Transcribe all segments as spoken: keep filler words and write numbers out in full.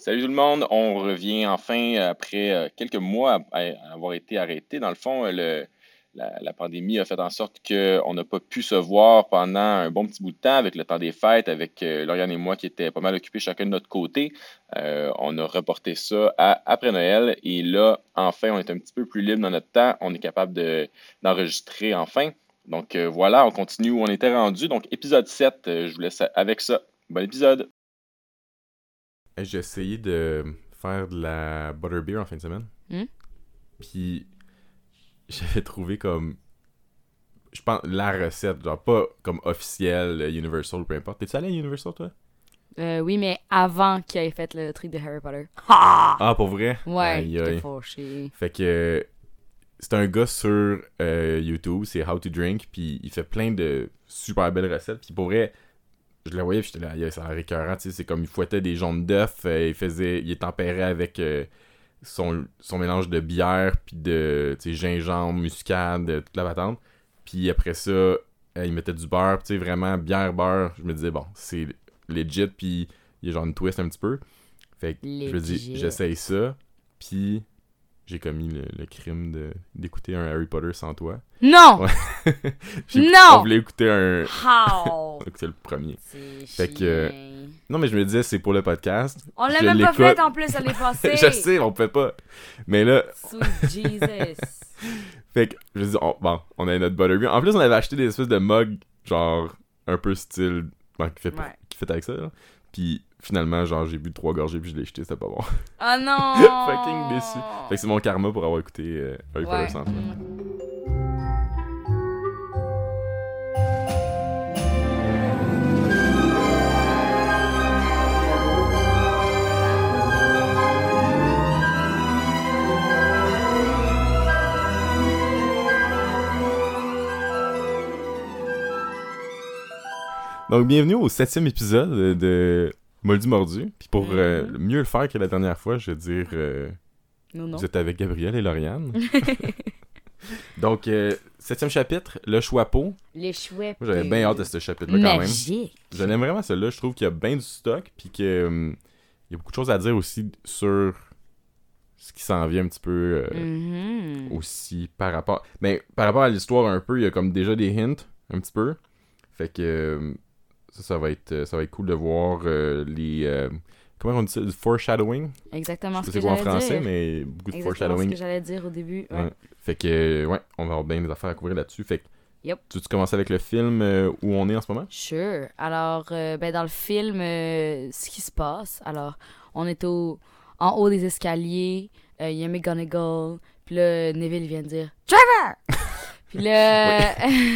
Salut tout le monde, on revient enfin après euh, quelques mois à, à avoir été arrêté. Dans le fond, le, la, la pandémie a fait en sorte qu'on n'a pas pu se voir pendant un bon petit bout de temps avec le temps des fêtes, avec euh, Lauriane et moi qui étaient pas mal occupés chacun de notre côté. Euh, on a reporté ça à après Noël et là, enfin, on est un petit peu plus libre dans notre temps. On est capable de, d'enregistrer enfin. Donc euh, voilà, on continue où on était rendu. Donc épisode sept, euh, je vous laisse avec ça. Bon épisode! J'ai essayé de faire de la butterbeer en fin de semaine. Mm. Puis j'avais trouvé comme, je pense, la recette, genre pas comme officielle, Universal ou peu importe. T'es-tu allé à Universal, toi? Euh, oui, mais avant qu'il ait fait le truc de Harry Potter. Ah! Ah, pour vrai? Ouais, Aïe, j'étais aïe. fâché. Fait que c'est un gars sur euh, YouTube, c'est How to Drink, puis il fait plein de super belles recettes. Puis pour vrai, je le voyais, puis j'étais là, yeah, ça a l'air écœurant, tu sais, c'est comme il fouettait des jaunes d'œufs, euh, il faisait, il est tempéré avec euh, son, son mélange de bière, puis de, tu sais, gingembre, muscade, euh, toute la patente. Puis après ça, euh, il mettait du beurre, tu sais, vraiment bière, beurre. Je me disais, bon, c'est legit, puis il y a genre une twist un petit peu. Fait que je me dis, Legit. j'essaye ça, puis j'ai commis le, le crime de, d'écouter un Harry Potter sans toi. Non! Ouais. J'ai- Non! On voulait écouter un... How? On a écouté le premier. C'est Fait que- chien. Non, mais je me disais, c'est pour le podcast. On l'a je même pas l'écoute. fait en plus, elle est passée. Je sais, on peut pas. Mais là, Sweet Jesus. fait que, je me dis, on, bon, on a notre butterbeer. En plus, on avait acheté des espèces de mugs, genre, un peu style, bon, qui fait, Ouais. qui fait avec ça, là. Puis, finalement, genre, j'ai bu trois gorgées, puis je l'ai jeté, c'était pas bon. Oh non! Fucking déçu. Fait que c'est mon karma pour avoir écouté euh, Harry Potter Ouais. sans toi. Donc, bienvenue au septième épisode de Moldu Mordu. Puis pour euh, Mhm. mieux le faire que la dernière fois, je vais dire, euh, Non, non. vous êtes avec Gabriel et Lauriane. Donc, euh, septième chapitre, le choix-peau. Les chouettes. Moi, j'avais bien hâte de ce chapitre-là quand même. Magique. Je l'aime vraiment celui-là. Je trouve qu'il y a bien du stock, puis que hum, il y a beaucoup de choses à dire aussi sur ce qui s'en vient un petit peu euh, Mhm. aussi par rapport... Mais par rapport à l'histoire un peu, il y a comme déjà des hints, un petit peu. Fait que euh, ça, ça va être ça va être cool de voir euh, les... euh, comment on dit ça? Du foreshadowing? Exactement Je ce sais que pas c'est quoi en j'allais français, dire. mais beaucoup de Exactement ce foreshadowing. que j'allais dire au début. Ouais. Ouais. Fait que, ouais, on va avoir bien des affaires à couvrir là-dessus. Fait que, Yep. tu, tu commences avec le film euh, où on est en ce moment? Sure. Alors, euh, ben, dans le film, euh, ce qui se passe, alors, on est au, en haut des escaliers, il y a McGonagall, puis là, Neville vient de dire « Trevor! » Puis là,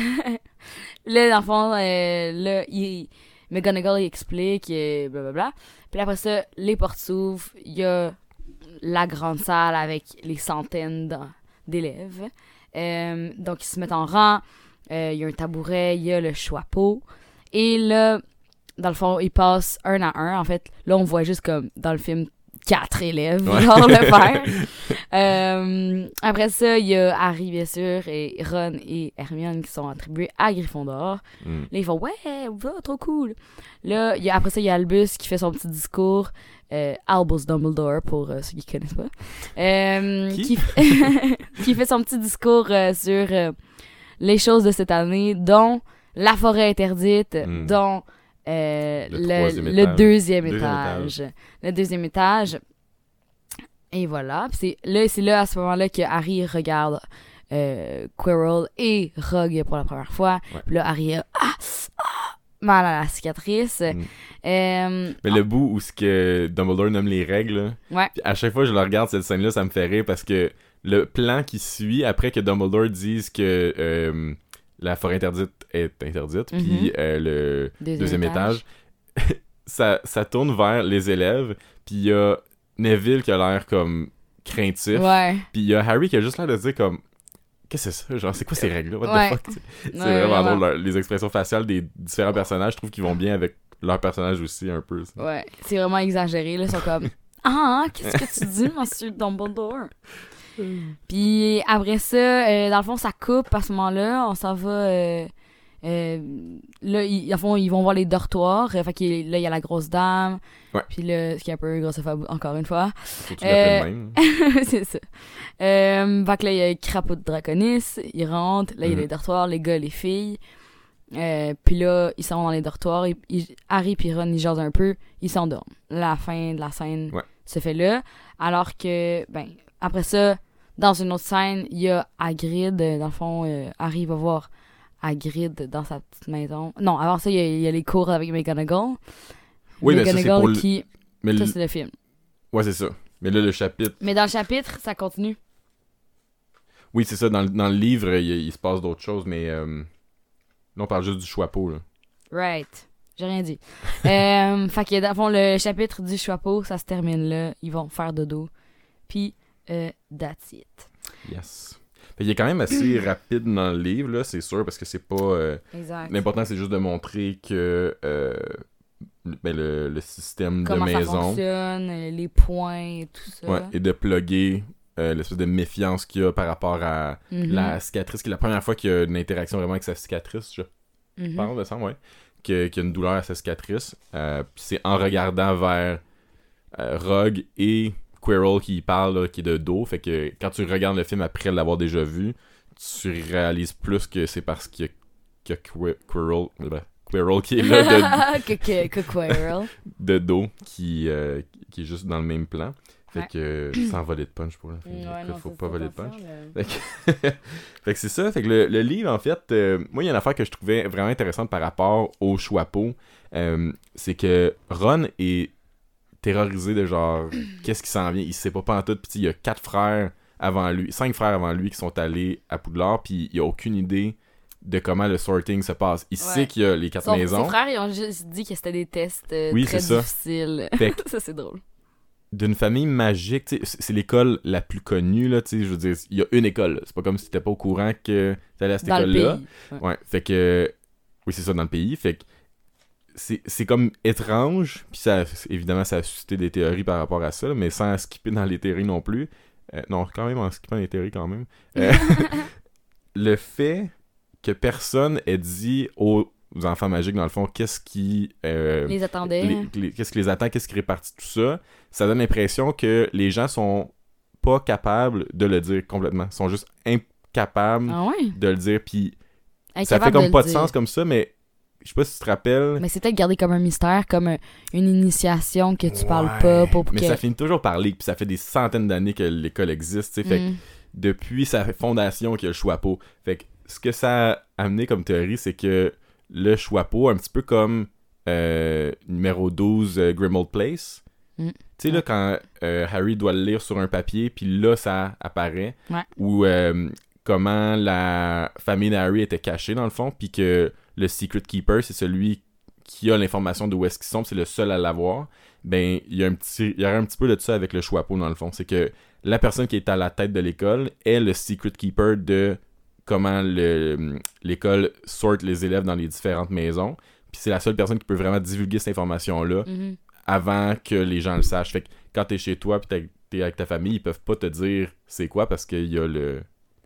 là, dans le fond, euh, là, il, McGonagall, il explique, euh, blablabla. Puis après ça, les portes s'ouvrent, il y a la grande salle avec les centaines d'en- d'élèves. Euh, donc, ils se mettent en rang. Euh, Il y a un tabouret, il y a le choix-peau. Et là, dans le fond, ils passent un à un. En fait, là, on voit juste comme dans le film quatre élèves Ouais. genre le faire. Euh, après ça, il y a Harry, bien sûr, et Ron et Hermione qui sont attribués à Gryffondor. Mm. Là, ils font « Ouais, va, trop cool! » Là, il y a, après ça, il y a Albus qui fait son petit discours. Euh, Albus Dumbledore, pour euh, ceux qui ne connaissent pas. Euh, Qui? qui, qui fait son petit discours euh, sur euh, les choses de cette année, dont la forêt interdite, Mm. dont euh, Le le, troisième le étage. deuxième, Deuxième étage. Le deuxième étage. Et voilà. Puis c'est là, c'est là, à ce moment-là, que Harry regarde euh, Quirrell et Rogue pour la première fois. Ouais. Puis là, Harry a ah, ah, mal à la cicatrice. Mm. Euh, Mais le bout où ce que Dumbledore nomme les règles, là, ouais. puis à chaque fois que je le regarde, cette scène-là, ça me fait rire parce que le plan qui suit, après que Dumbledore dise que euh, la forêt interdite est interdite, Mhm. puis euh, le Deuxième, deuxième étage. étage, ça, ça tourne vers les élèves, puis il y a Neville qui a l'air comme craintif, Ouais. puis il y a Harry qui a juste l'air de dire comme qu'est-ce que c'est ça? Genre, c'est quoi ces règles-là? What Ouais. the fuck? C'est Ouais, vraiment vraiment. drôle. leur- les expressions faciales des différents personnages, je trouve qu'ils vont bien avec leur personnage aussi, un peu. ça. Ouais. C'est vraiment exagéré. Là. Ils sont comme Ah, qu'est-ce que tu dis, monsieur Dumbledore? Puis après ça, euh, dans le fond, ça coupe à ce moment-là. On s'en va euh, Euh, là, ils, à fond, ils vont voir les dortoirs. Euh, fait que là, il y a la grosse dame. Ouais. Puis là, ce qui est un peu grossophobe, encore une fois. Faut que tu l'appelles Euh, même. c'est ça. Euh, fait que là, il y a le crapaud de Draconis. Ils rentrent. Là, il y a Mhm. les dortoirs, les gars, les filles. Euh, puis là, ils sont dans les dortoirs. Ils, ils- Harry et Ron, ils jasent un peu. Ils s'endorment. La fin de la scène Ouais. se fait là. Alors que, ben, après ça, dans une autre scène, il y a Hagrid. euh, Dans le fond, euh, Harry va voir Hagrid dans sa petite maison. Non, avant ça, il y a, il y a les cours avec McGonagall. Oui, mais ça, c'est McGonagall pour le- qui... Mais Ça, le- c'est le film. Ouais, c'est ça. Mais là, le chapitre... Mais dans le chapitre, ça continue. Oui, c'est ça. Dans, le- dans le livre, il, il se passe d'autres choses, mais... Euh... Là, on parle juste du Choixpeau, là. Right. J'ai rien dit. euh, fait que, dans le fond, le chapitre du Choixpeau, ça se termine là. Ils vont faire dodo. Puis, euh, that's it. Yes. Fait, il est quand même assez rapide dans le livre, là, c'est sûr, parce que c'est pas... euh, Exact. L'important, c'est juste de montrer que... Euh... Ben, le, le système Comment de ça maison... fonctionne, euh, les points et tout ça. Ouais, et de plugger euh, l'espèce de méfiance qu'il y a par rapport à Mhm. la cicatrice, qui est la première fois qu'il y a une interaction vraiment avec sa cicatrice, je Mhm. pense, de ça, ouais. Que- Qu'il y a une douleur à sa cicatrice. Euh, Puis c'est en regardant vers euh, Rogue et Quirrell qui parle, là, qui est de dos. Fait que quand tu regardes le film après l'avoir déjà vu, tu réalises plus que c'est parce qu'il y a, qu'il y a Qui- Quirrell, euh, Quirrell qui est là de, que, que, que Quirrell. de dos, qui, euh, qui est juste dans le même plan. Fait Ouais. que sans voler de punch pour le film. Ouais, non, faut c'est pas ça, voler de ça, punch. là. Fait que, fait que c'est ça. Fait que le, le livre, en fait, euh, moi, il y a une affaire que je trouvais vraiment intéressante par rapport au Choixpeau. Euh, c'est que Ron est terrorisé de genre, qu'est-ce qui s'en vient? Il sait pas pantoute. Puis il y a quatre frères avant lui, cinq frères avant lui qui sont allés à Poudlard. Puis il a aucune idée de comment le sorting se passe. Il Ouais. sait qu'il y a les quatre Son- maisons. Ses frères, ils ont juste dit que c'était des tests euh, Oui, très c'est ça. difficiles. Fait que ça, c'est drôle. d'une famille magique, tu sais, c'est c'est l'école la plus connue, là, tu sais, je veux dire, il y a une école, là. C'est pas comme si t'étais pas au courant que t'allais à cette Dans le école-là. pays. Ouais. Ouais, fait que, oui, c'est ça, dans le pays, fait que c'est c'est comme étrange, puis ça, évidemment, ça a suscité des théories par rapport à ça, là, mais sans skipper dans les théories non plus. Euh, non, quand même, en skippant les théories quand même. Euh, le fait que personne ait dit aux enfants magiques, dans le fond, qu'est-ce qui... euh, Les attendait. les- les- qu'est-ce qui les attend, qu'est-ce qui répartit tout ça, ça donne l'impression que les gens sont pas capables de le dire complètement. Ils sont juste incapables Ah ouais? de le dire, puis ça Incapable fait comme le pas de dire. sens comme ça, mais je sais pas si tu te rappelles... Mais c'est peut-être gardé comme un mystère, comme un- une initiation que tu parles Ouais, pas pour mais que... ça finit toujours par parler, puis ça fait des centaines d'années que l'école existe, tu sais, fait que Mm. depuis sa fondation qu'il y a le Choixpeau. Fait que ce que ça a amené comme théorie, c'est que le Choixpeau, un petit peu comme euh, numéro douze, euh, Grimmauld Place. Mm. Tu sais, là, quand euh, Harry doit le lire sur un papier, puis là, ça apparaît. Ouais. Ou euh, comment la famille d'Harry était cachée, dans le fond, puis que le Secret Keeper, c'est celui qui a l'information de où est-ce qu'ils sont, puis c'est le seul à l'avoir. Ben, il y a un petit, il y aurait un petit peu de ça avec le Choixpeau, dans le fond. C'est que la personne qui est à la tête de l'école est le Secret Keeper de comment le, l'école sorte les élèves dans les différentes maisons. Puis c'est la seule personne qui peut vraiment divulguer cette information-là Mhm. avant que les gens le sachent. Fait que quand t'es chez toi puis t'es, t'es avec ta famille, ils peuvent pas te dire c'est quoi parce qu'il y a le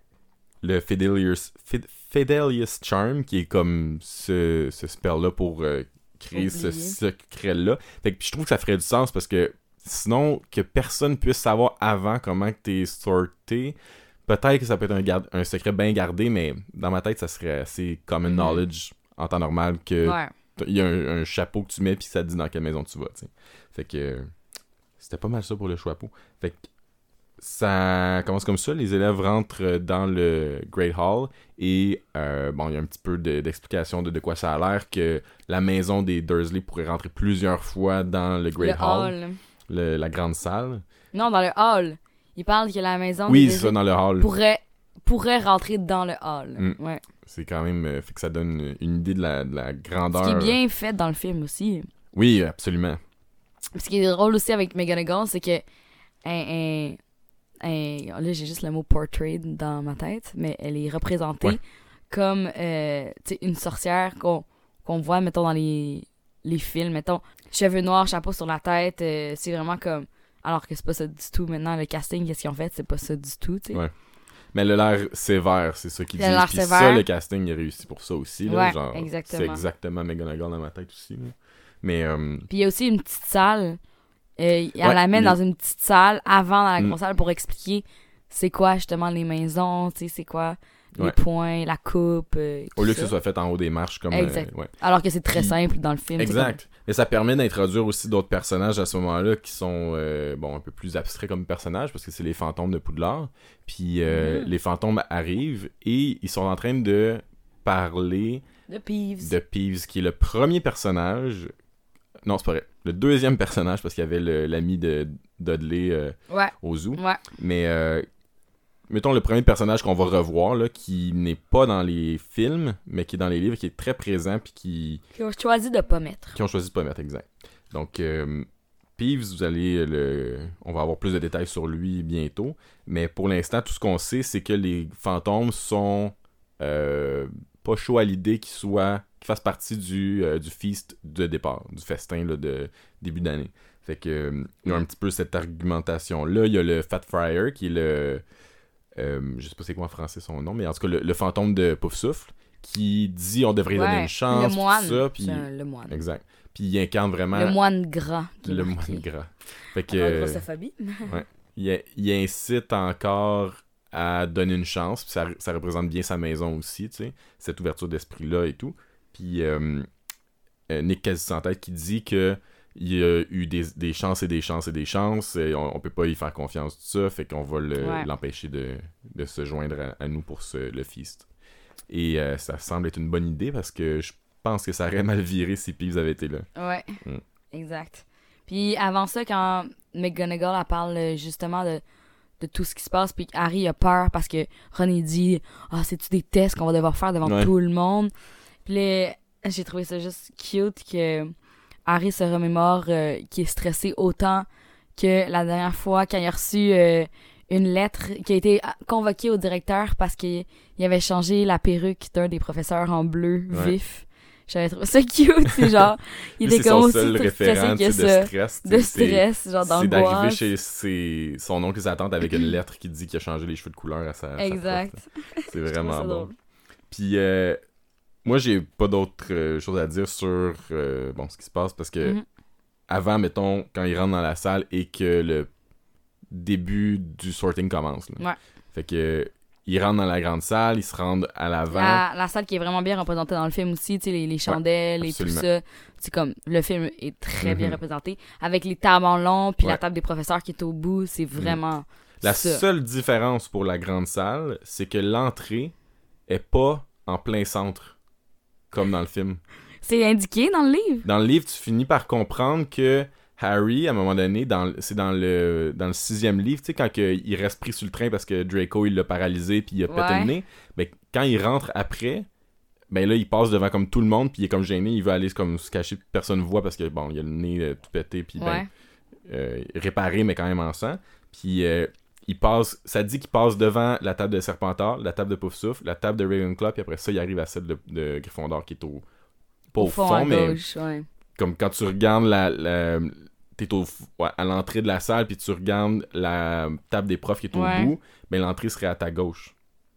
le Fidelius, Fid- Fidelius Charm qui est comme ce, ce spell-là pour euh, créer ce Oublier. secret-là. Fait que puis je trouve que ça ferait du sens parce que sinon, que personne puisse savoir avant comment que t'es sorté, peut-être que ça peut être un, garde- un secret bien gardé, mais dans ma tête, ça serait assez common Mhm. knowledge en temps normal que Ouais. il y a un, un chapeau que tu mets puis ça te dit dans quelle maison tu vas, tu sais. Fait que euh, c'était pas mal ça pour le Choixpeau. Fait que ça commence comme ça, les élèves rentrent dans le Great Hall et euh, bon, il y a un petit peu de- d'explication de, de quoi ça a l'air, que la maison des Dursley pourrait rentrer plusieurs fois dans le Great Le Hall, hall. le- la grande salle. Non, dans le hall. Il parle que la maison Oui, des c'est ça, dans le hall. pourrait, pourrait rentrer dans le hall. Mm. Ouais. C'est quand même... euh, fait que ça donne une idée de la, de la grandeur. Ce qui est bien fait dans le film aussi. Oui, absolument. Ce qui est drôle aussi avec McGonagall, c'est que un, un- un- là j'ai juste le mot portrait dans ma tête, mais elle est représentée Ouais. comme euh, tu sais, une sorcière qu'on qu'on voit, mettons, dans les, les films, mettons, cheveux noirs, chapeau sur la tête, euh, c'est vraiment comme... Alors que c'est pas ça du tout maintenant, le casting, qu'est-ce qu'ils ont fait, c'est pas ça du tout, tu sais. Ouais. Mais elle a l'air sévère, c'est ça qu'ils Elle a disent. l'air Puis sévère. ça, le casting est réussi pour ça aussi. Là, Ouais, genre, exactement. c'est exactement McGonagall dans ma tête aussi. Là. Mais... Euh, Puis il y a aussi une petite salle. Euh, elle Ouais, l'amène les- dans une petite salle avant dans la Mm. grosse salle pour expliquer c'est quoi justement les maisons, tu sais, c'est quoi les Ouais. points, la coupe. euh, et au tout lieu que ça. ce soit fait en haut des marches comme... Exact. euh, ouais. Alors que c'est très Puis- simple dans le film. c'est Exact. Mais ça permet d'introduire aussi d'autres personnages à ce moment-là qui sont euh, bon un peu plus abstraits comme personnages parce que c'est les fantômes de Poudlard. Puis euh, Mhm. les fantômes arrivent et ils sont en train de parler comme- De Peeves. de Peeves qui est le premier personnage. Non, c'est pas vrai. Le deuxième personnage parce qu'il y avait le- l'ami de Dudley euh, Ouais, au zoo. ouais. Mais euh, mettons le premier personnage qu'on va revoir là, qui n'est pas dans les films mais qui est dans les livres, qui est très présent puis qui Qui ont choisi de pas mettre. qui ont choisi de pas mettre, exact. Donc, euh, Peeves, vous allez le... On va avoir plus de détails sur lui bientôt. Mais pour l'instant, tout ce qu'on sait, c'est que les fantômes sont euh, pas chauds à l'idée qu'ils soient... qu'ils fassent partie du, euh, du feast de départ, du festin là, de début d'année. Fait que euh, il y a un petit peu cette argumentation-là. Il y a le Fat Friar, qui est le... Euh, je sais pas c'est quoi en français son nom, mais en tout cas, le, le fantôme de Poufsouffle, qui dit on devrait lui donner Ouais, une chance, le moine. tout ça, puis... C'est un- le moine. Exact. Puis il incarne vraiment Le moine gras. qui est le marqué. moine gras. Fait que Avant euh, grossophobie. il, il incite encore à donner une chance, puis ça, ça représente bien sa maison aussi, tu sais, cette ouverture d'esprit-là et tout. Puis euh, euh, Nick Quasi-Sans-Tête qui dit que il y a eu des, des chances et des chances et des chances, et on, on peut pas y faire confiance, tout ça, fait qu'on va le- Ouais. l'empêcher de, de se joindre à, à nous pour ce, le feast. Et euh, ça semble être une bonne idée parce que je pense que ça aurait mal viré si Peeves avait été là. Ouais, Mm. exact. Puis avant ça, quand McGonagall elle parle euh, justement de, de tout ce qui se passe, puis Harry a peur parce que Ron il dit « Ah, c'est-tu des tests qu'on va devoir faire devant Ouais. tout le monde? » Puis là, j'ai trouvé ça juste cute que Harry se remémore euh, qu'il est stressé autant que la dernière fois quand il a reçu euh, une lettre qui a été convoquée au directeur parce qu'il il avait changé la perruque d'un des professeurs en bleu Ouais. vif. J'avais trouvé ça cute, c'est genre, il Lui, était c'est comme son aussi seul stressé référent que tu sais, de ça. stress. tu De sais, c'est- stress, genre C'est d'arriver d'angoisse. chez ses- son oncle et sa tante avec une lettre qui dit qu'il a changé les cheveux de couleur à sa, à sa Exact. prof, là. C'est Je trouve vraiment ça bon. drôle. Puis euh, moi, j'ai pas d'autres euh, choses à dire sur euh, bon, ce qui se passe parce que Mhm. avant, mettons, quand ils rentrent dans la salle et que le début du sorting commence. Là. Ouais. Fait que ils rentrent dans la grande salle, ils se rendent à l'avant. La, la salle qui est vraiment bien représentée dans le film aussi, tu sais, les, les chandelles et tout absolument. ça. C'est comme, le film est très bien Mhm. représenté. Avec les tables en long, puis la Ouais. table des professeurs qui est au bout, c'est vraiment La ça. seule différence pour la grande salle, c'est que l'entrée est pas en plein centre, comme dans le film. C'est indiqué dans le livre. Dans le livre, tu finis par comprendre que Harry, à un moment donné, dans, le- c'est dans le, dans le sixième livre, tu sais, quand que, il reste pris sur le train parce que Draco, il l'a paralysé puis il a pété Ouais. le nez, ben, quand il rentre après, ben là, il passe devant comme tout le monde puis il est comme gêné, il veut aller comme se cacher, personne ne voit parce que, bon, il a le nez euh, tout pété puis ben, Ouais. euh, réparé, mais quand même en sang. Puis euh, il passe, ça dit qu'il passe devant la table de Serpentard, la table de Poufsouffle, la table de Ravenclaw, puis après ça, il arrive à celle de, de Gryffondor qui est au... Pas au, fond, à mais gauche, ouais. comme quand tu regardes la... la t'es au, ouais, à l'entrée de la salle, puis tu regardes la table des profs qui est au Ouais. bout, ben l'entrée serait à ta gauche.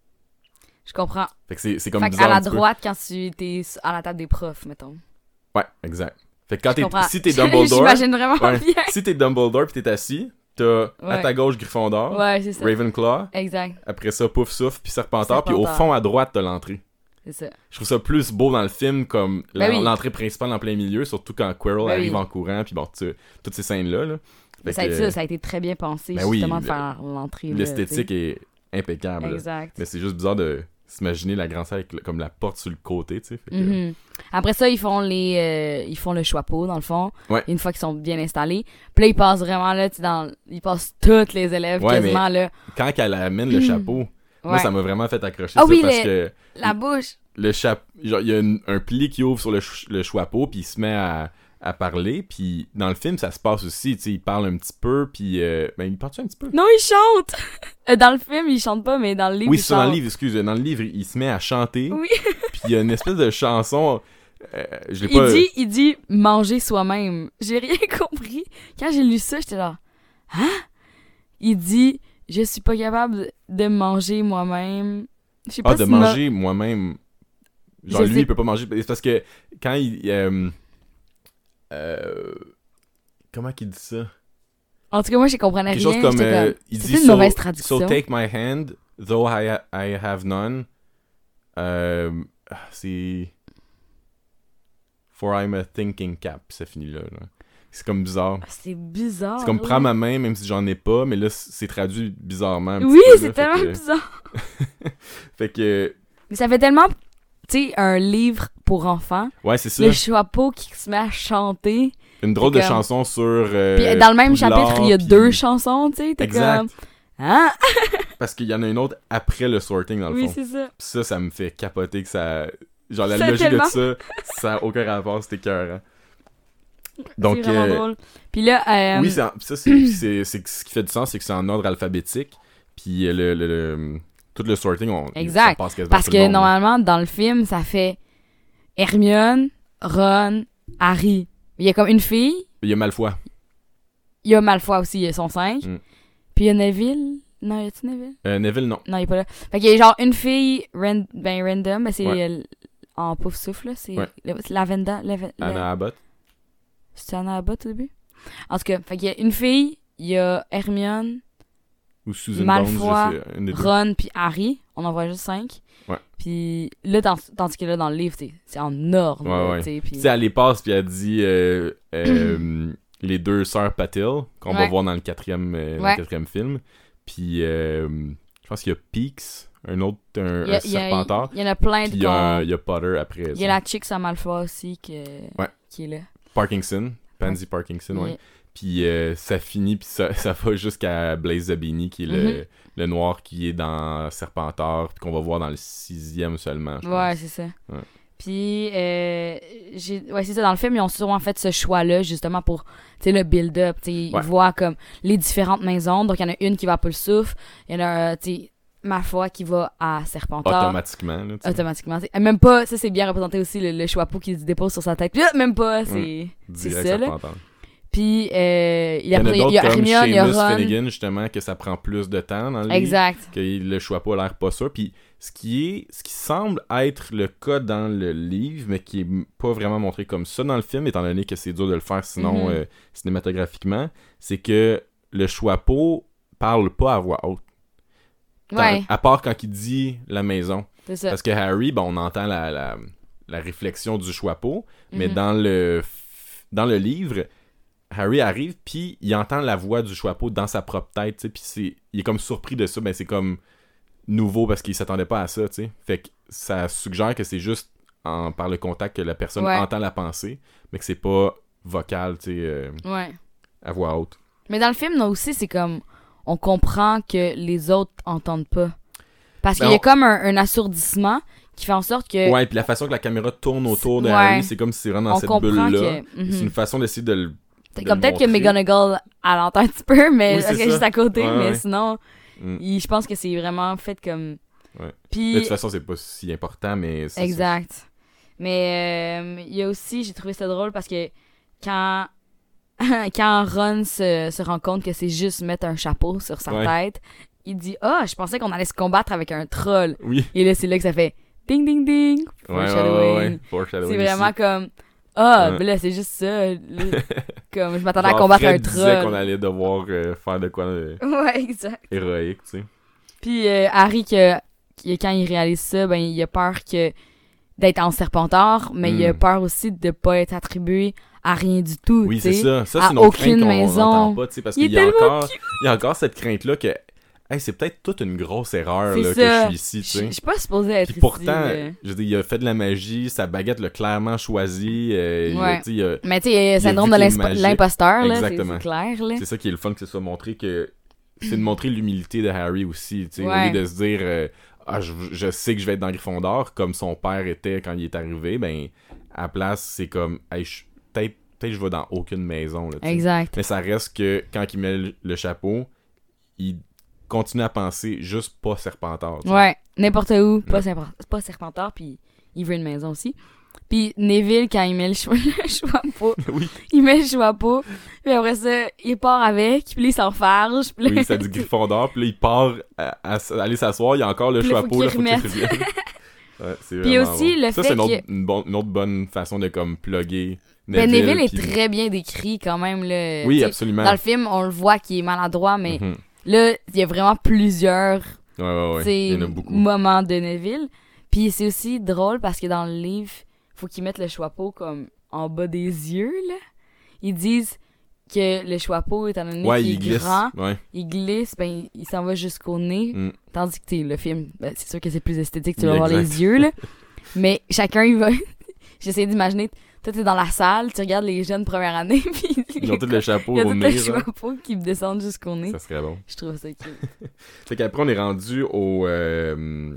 Je comprends. Fait que c'est, c'est comme Fait bizarre à la un petit peu. droite, quand tu es à la table des profs, mettons. Ouais, exact. Fait que quand Je t'es, comprends. si t'es Dumbledore... J'imagine vraiment ouais, bien. si t'es Dumbledore pis t'es assis, t'as à Ouais. ta gauche Gryffondor, Ouais, c'est ça. Ravenclaw, Exact, après ça Poufsouffle puis Serpentard, puis au Serpentard. fond à droite t'as l'entrée. c'est ça. Je trouve ça plus beau dans le film comme Ben la- oui. l'entrée principale en plein milieu, surtout quand Quirrell Ben arrive oui. en courant, puis bon, tu- toutes ces scènes-là. Là. Mais Fait ça, a que, été ça, ça a été très bien pensé, Ben oui, justement, de le- faire l'entrée. là, l'esthétique tu est impeccable. sais. là. Exact. Mais c'est juste bizarre de s'imaginer la grande salle avec le- comme la porte sur le côté, tu sais. fait que- Mhm. Après ça, ils font les euh, ils font le choix-peau, dans le fond, Ouais. une fois qu'ils sont bien installés. Puis là, ils passent vraiment, là, tu sais, dans... ils passent tous les élèves, Ouais, quasiment, là. Quand elle amène le Mm. chapeau, moi Ouais. ça m'a vraiment fait accrocher Ah ça oui, parce les- que La bouche. le chapeau, genre il y a une- un pli qui ouvre sur le, ch- le choix-peau, puis il se met à, à parler, puis dans le film ça se passe aussi, tu sais, il parle un petit peu, puis euh, ben il parle un petit peu. Non, il chante! Euh, dans le film, il chante pas, mais dans le livre, Oui, il c'est ça, dans le chante. livre, excuse, dans le livre, il se met à chanter, Oui. puis il y a une espèce de chanson, euh, je l'ai Il pas... dit, il dit manger soi-même. J'ai rien compris. Quand j'ai lu ça, j'étais là, hein? Il dit je suis pas capable de manger moi-même. Je sais Ah, pas de si manger moi-même. Genre, Je lui, sais- il peut pas manger. C'est parce que quand il. euh, euh, comment qu'il dit ça? En tout cas, moi, je comprenais Quelque rien. chose comme. j'étais euh, comme, il dit c'était une so, mauvaise traduction. So take my hand, though I, ha- I have none. Euh, ah, c'est. For I'm a thinking cap. Ça finit là. là. C'est comme bizarre. Ah, c'est bizarre. C'est comme là. prends ma main, même si j'en ai pas, mais là, c'est traduit bizarrement. un petit Oui, peu, là, c'est fait tellement que- bizarre. Fait que. Mais ça fait tellement, tu sais, un livre pour enfants. Ouais, c'est ça. Le chapeau qui se met à chanter. Une drôle de C'est comme- chanson sur. euh, Puis dans le même Poudlard, chapitre, il y a puis- deux chansons, tu sais. T'es Exact. comme. Hein? Parce qu'il y en a une autre après le sorting, dans le Oui, fond. c'est ça. Pis ça, ça me fait capoter que ça. Genre, la C'est logique tellement- de ça, ça a aucun rapport, c'était écœurant. Donc, c'est vraiment euh, drôle. Puis là, euh, oui, c'est en- ça, c'est, c'est, c'est ce qui fait du sens, c'est que c'est en ordre alphabétique. Puis euh, le, le, le- tout le sorting, on, Exact. ça passe quasiment parce tout que le monde, là. normalement, dans le film, ça fait Hermione, Ron, Harry. Il y a comme une fille. Il y a Malfoy. Il y a Malfoy aussi, ils sont cinq. Mm. Puis il y a Neville. Non, y a-tu Neville? Euh, Neville, non. Non, il est pas là. Fait qu'il y a genre une fille ran- ben random, ben c'est Ouais. euh, en pouf souffle, là. C'est Ouais. le- c'est Lavenda. Lave- la- Anna Abbott. C'était Anna Abbott au début? En tout cas, fait qu'il y a une fille, il y a Hermione, Ou Susan Malfoy, Bones, je sais, une des deux. Ron puis Harry. On en voit juste cinq. Ouais. Puis là, dans- tandis que là, dans le livre, c'est c'est en ordre. Ouais, là, ouais. tu sais, puis- Tu sais, elle les passe, puis elle dit euh, euh, les deux sœurs Patil, qu'on va Ouais. voir dans le quatrième, euh, dans Ouais. le quatrième film. Puis, euh, je pense qu'il y a Peaks, un autre, un, Il y, a- un il y a- serpentard. il y en a plein Puis de il y, a, corps. il y a Potter après. Il y ça. a la chick à Malfoy aussi que... Ouais. qui est là. Parkinson, Pansy Parkinson, ouais. Il- Puis euh, ça finit, puis ça, ça va jusqu'à Blaise Zabini, qui est le, Mhm. le noir qui est dans Serpentard, puis qu'on va voir dans le sixième seulement, je Ouais, pense. c'est ça. Ouais. Puis, euh, j'ai... ouais, c'est ça. Dans le film, ils ont sûrement fait ce choix-là, justement, pour, tu sais, le build-up. Tu sais, ils Ouais. voient comme les différentes maisons. Donc, il y en a une qui va à Pulsouf. Il y en a, euh, tu sais, Malfoy qui va à Serpentard. Automatiquement, là, tu sais. Automatiquement. t'sais. Même pas, ça, c'est bien représenté aussi, le, le choix-peau qui se dépose sur sa tête. Puis là, même pas, c'est... c'est Direct ça, là. Serpentard. Puis, euh, il y Il y a, en a il y d'autres a comme Hermione, il y a Seamus Ron. Finnegan, justement, que ça prend plus de temps dans le livre. Exact. Que le choix pas a l'air pas sûr. Puis ce qui est, ce qui semble être le cas dans le livre, mais qui est m- pas vraiment montré comme ça dans le film, étant donné que c'est dur de le faire sinon Mhm. euh, cinématographiquement, c'est que le choix-peau parle pas à voix haute. Tant- Ouais, À part quand il dit la maison. c'est ça. Parce que Harry, ben, on entend la, la, la réflexion du choix-peau, mais Mhm. dans le f- dans le livre, Harry arrive, puis il entend la voix du choix-peau dans sa propre tête, tu sais, puis c'est, il est comme surpris de ça, ben c'est comme nouveau parce qu'il s'attendait pas à ça, tu sais. Fait que ça suggère que c'est juste en, par le contact que la personne Ouais. entend la pensée, mais que c'est pas vocal, tu sais, euh, Ouais. à voix haute. Mais dans le film, là aussi, c'est comme... On comprend que les autres entendent pas. Parce Ben, qu'il y a on- comme un, un assourdissement qui fait en sorte que... Ouais, puis la façon que la caméra tourne autour de Ouais. Harry, c'est comme si c'est vraiment dans on cette comprend bulle-là. que... Mhm. C'est une façon d'essayer de le... C'est de comme le peut-être que montrer. McGonagall, elle entend un petit peu, mais Oui, c'est parce qu'elle est ça. juste à côté. Ouais, mais ouais. sinon, Mm. il- je pense que c'est vraiment fait comme... Ouais. Puis... De toute façon, c'est pas si important, mais... c'est Exact. Mais euh, il y a aussi, j'ai trouvé ça drôle parce que quand, quand Ron se, se rend compte que c'est juste mettre un chapeau sur sa Ouais. tête, il dit « Ah, je pensais qu'on allait se combattre avec un troll. ça. Oui. » Et là, c'est là que ça fait « Ding, ding, ding! » Ouais, ouais, ouais, Foreshadowing. ouais. Foreshadowing C'est vraiment aussi. comme « Ah, Ouais. ben là, c'est juste ça. Là, comme, je m'attendais à Genre, combattre Fred un disait qu'on troll. allait devoir euh, faire de quoi euh, » Ouais, exact. héroïque, tu sais. Puis euh, Harry, que, qui- quand il réalise ça, ben il a peur que d'être en Serpentard, mais il a Mm. peur aussi de pas être attribué à rien du tout. Oui, tu c'est sais. ça. Ça, à c'est une autre aucune crainte qu'on maison. n'entend pas, tu sais, parce Il est qu'il y a tellement encore, il y a encore cette crainte-là que, hey, c'est peut-être toute une grosse erreur C'est là, que ça. je suis ici, tu Je je sais. suis pas supposée être Puis ici. pourtant, là. je veux dire, il a fait de la magie, sa baguette l'a clairement choisi. euh, il a- Ouais. tu sais, il a- Mais tu sais, syndrome vu de qu'il est l'imp- magique. l'imposteur, là, c'est Exactement. c'est clair. Là. c'est ça qui est le fun que ce soit montré que c'est de montrer l'humilité de Harry aussi, tu sais, Ouais. au lieu de se dire euh, ah je, je sais que je vais être dans Gryffondor comme son père était quand il est arrivé, ben à la place c'est comme hey, je- peut-être peut-être je vais dans aucune maison là, tu sais. Exact. Mais ça reste que quand il met le, le chapeau, il continue à penser juste pas Serpentard. tu sais. Ouais, n'importe où, pas, Ouais. serpent- pas Serpentard, puis il veut une maison aussi. Puis Neville, quand il met le choix, le choix pot, Oui. il met le choix pot, puis après ça, il part avec, puis là, il s'enfarge. Puis là, Oui, ça dit Gryffondor, puis là, il part à, à, à aller s'asseoir, il y a encore le Puis là, choix faut pot, là, qu'il faut qu'il remette. revienne. Ouais, c'est Puis vraiment aussi, bon. le ça, fait c'est une autre, que- une, bonne, une autre bonne façon de, comme, plugger Ben, Neville. Neville est puis- très bien décrit quand même. Là. Oui, T'sais, absolument. Dans le film, on le voit qu'il est maladroit, mais Mhm. là, il y a vraiment plusieurs Ouais, ouais, ouais. t'sais, Il y en a beaucoup. moments de Neville. Puis c'est aussi drôle parce que dans le livre, faut qu'ils mettent le choix-peau comme en bas des yeux. Là. Ils disent que le choix-peau, étant donné Ouais, qu'il il est glisse. grand, Ouais. il glisse, ben, il, il s'en va jusqu'au nez. Mm. Tandis que t'sais, le film, ben, c'est sûr que c'est plus esthétique, tu Oui, vas voir exact. les yeux. Là. Mais chacun, il va... J'essaie d'imaginer, toi, t'es dans la salle, tu regardes les jeunes première année, puis... Ils ont tous le chapeau Il y a au tout nez. le genre. chapeau qui me descend jusqu'au nez. Ça serait bon. Je trouve ça cute. Fait qu'après, on est rendu au, euh,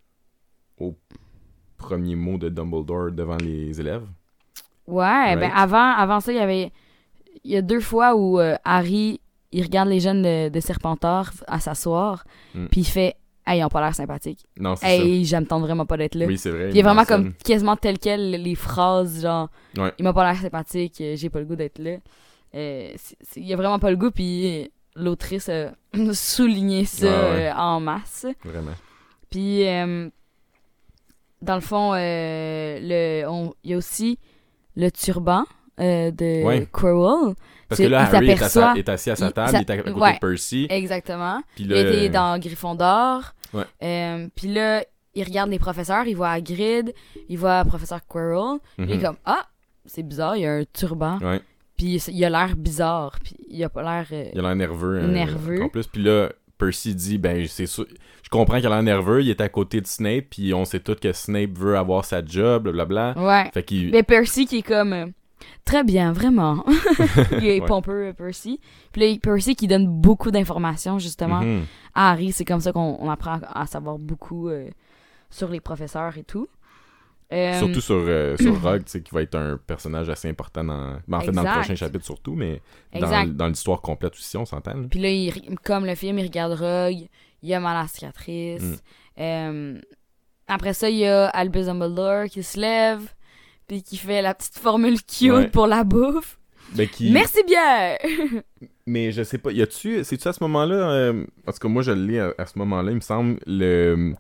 au premier mot de Dumbledore devant les élèves. Ouais, Right. ben avant, avant ça, il y avait... Il y a deux fois où euh, Harry, il regarde les jeunes de, de Serpentard à s'asseoir, Mm. puis il fait « Hey, ils ont pas l'air sympathiques. Non, c'est Hey, j'aime tant vraiment pas d'être là. ça. Oui, c'est vrai. Puis il est vraiment mentionne. comme quasiment tel quel les phrases, genre Ouais. « Il m'a pas l'air sympathique, euh, j'ai pas le goût d'être là. Euh, c'est- c'est- Il a vraiment pas le goût, puis l'autrice a souligné ça Ouais, ouais. euh, en masse. Vraiment. Puis, euh, dans le fond, euh, le, on- il y a aussi le turban euh, de Ouais. Quirrell. Parce C'est- que là, il Harry est, à sa- s'aperçoit- est assis à sa il- table, ça- il est à côté ouais. de Percy. Exactement. Puis Il là, était dans Gryffondor. Ouais. Euh, puis là, il regarde les professeurs, il voit Hagrid, il voit professeur Quirrell. mhm. Il est comme, ah, c'est bizarre, il y a un turban. Ouais. Puis il a l'air bizarre, puis il a pas l'air... euh, Il a l'air nerveux. euh, Nerveux. En plus, puis là, Percy dit, ben, c'est sûr. Je comprends qu'il a l'air nerveux, il est à côté de Snape, puis on sait tous que Snape veut avoir sa job, blablabla. Ouais. Fait qu'il. Mais Percy qui est comme euh, très bien, vraiment. Il est Ouais. pompeux, euh, Percy. Puis là, Percy qui donne beaucoup d'informations justement Mhm. à Harry. C'est comme ça qu'on on apprend à savoir beaucoup euh, sur les professeurs et tout. Euh, Surtout sur, euh, sur Rogue, tu sais, qui va être un personnage assez important dans. Ben, en fait, dans le Exact. prochain chapitre surtout, mais dans, Exact. dans l'histoire complète aussi, on s'entend. là. Puis là, il- comme le film, il regarde Rogue, il a mal à la cicatrice. Mm. Euh, après ça, il y a Albus Dumbledore qui se lève, puis qui fait la petite formule cute Ouais. pour la bouffe. Ben, qui... Merci bien! Mais je sais pas, y a-tu. C'est-tu à ce moment-là. Euh, parce que moi, je le lis à, à ce moment-là, il me semble, le.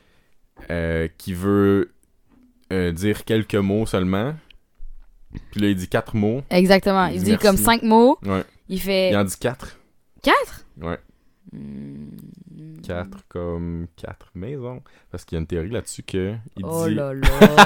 Euh, qui veut euh, dire quelques mots seulement. Puis là, il dit quatre mots. Exactement. Il Il dit dit merci. comme cinq mots. Ouais. Il fait... Il en dit quatre. Quatre? Ouais. Hmm. Quatre comme quatre maisons. Parce qu'il y a une théorie là-dessus que. Il Oh dit. là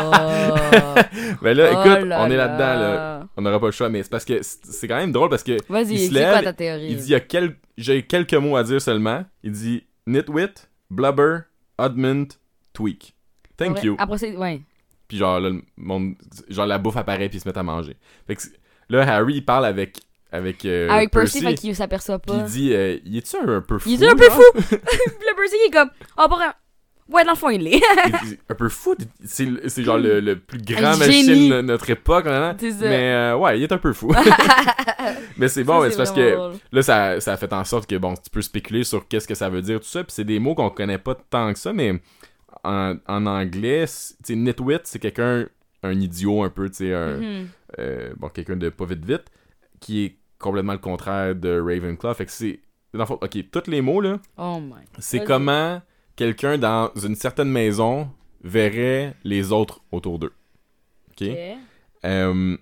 là! Ben là, Oh écoute, là on est là. là-dedans, là. On n'aura pas le choix, mais c'est parce que c'est c'est quand même drôle parce que. Vas-y, Il se c'est lève, quoi ta théorie? Il dit, il y a quel... j'ai quelques mots à dire seulement. Il dit Nitwit, Blubber, Oddment, Tweak. Thank Ouais, you. Après, c'est... Ouais. Puis genre, là, le monde... genre la bouffe apparaît puis ils se mettent à manger. Fait que c'est- là, Harry, il parle avec, avec, euh, Avec Percy, Percy. fait qu'il s'aperçoit Puis il pas. dit, euh, il est-tu un, un peu fou? Il est un peu genre? fou! Puis le Percy, il est comme... Oh, pour un... Ouais, dans le fond, il l'est. Il dit, un peu fou? C'est, c'est genre le, le plus grand Un machine génie. de notre époque. Hein? C'est ça. Mais euh, ouais, il est un peu fou. Mais c'est bon, Ça, mais c'est parce vraiment que... drôle. Là, ça, ça a fait en sorte que, bon, tu peux spéculer sur qu'est-ce que ça veut dire, tout ça. Puis c'est des mots qu'on connaît pas tant que ça, mais en, en anglais, c'est- tu sais, nitwit, c'est quelqu'un, un idiot un peu, tu sais, un, Mhm. euh, bon, quelqu'un de pas vite vite, qui est complètement le contraire de Ravenclaw. Fait que c'est, dans le fond, ok, tous les mots, là, Oh my... c'est Vas-y. comment quelqu'un dans une certaine maison verrait les autres autour d'eux. Ok? Ok. Euh,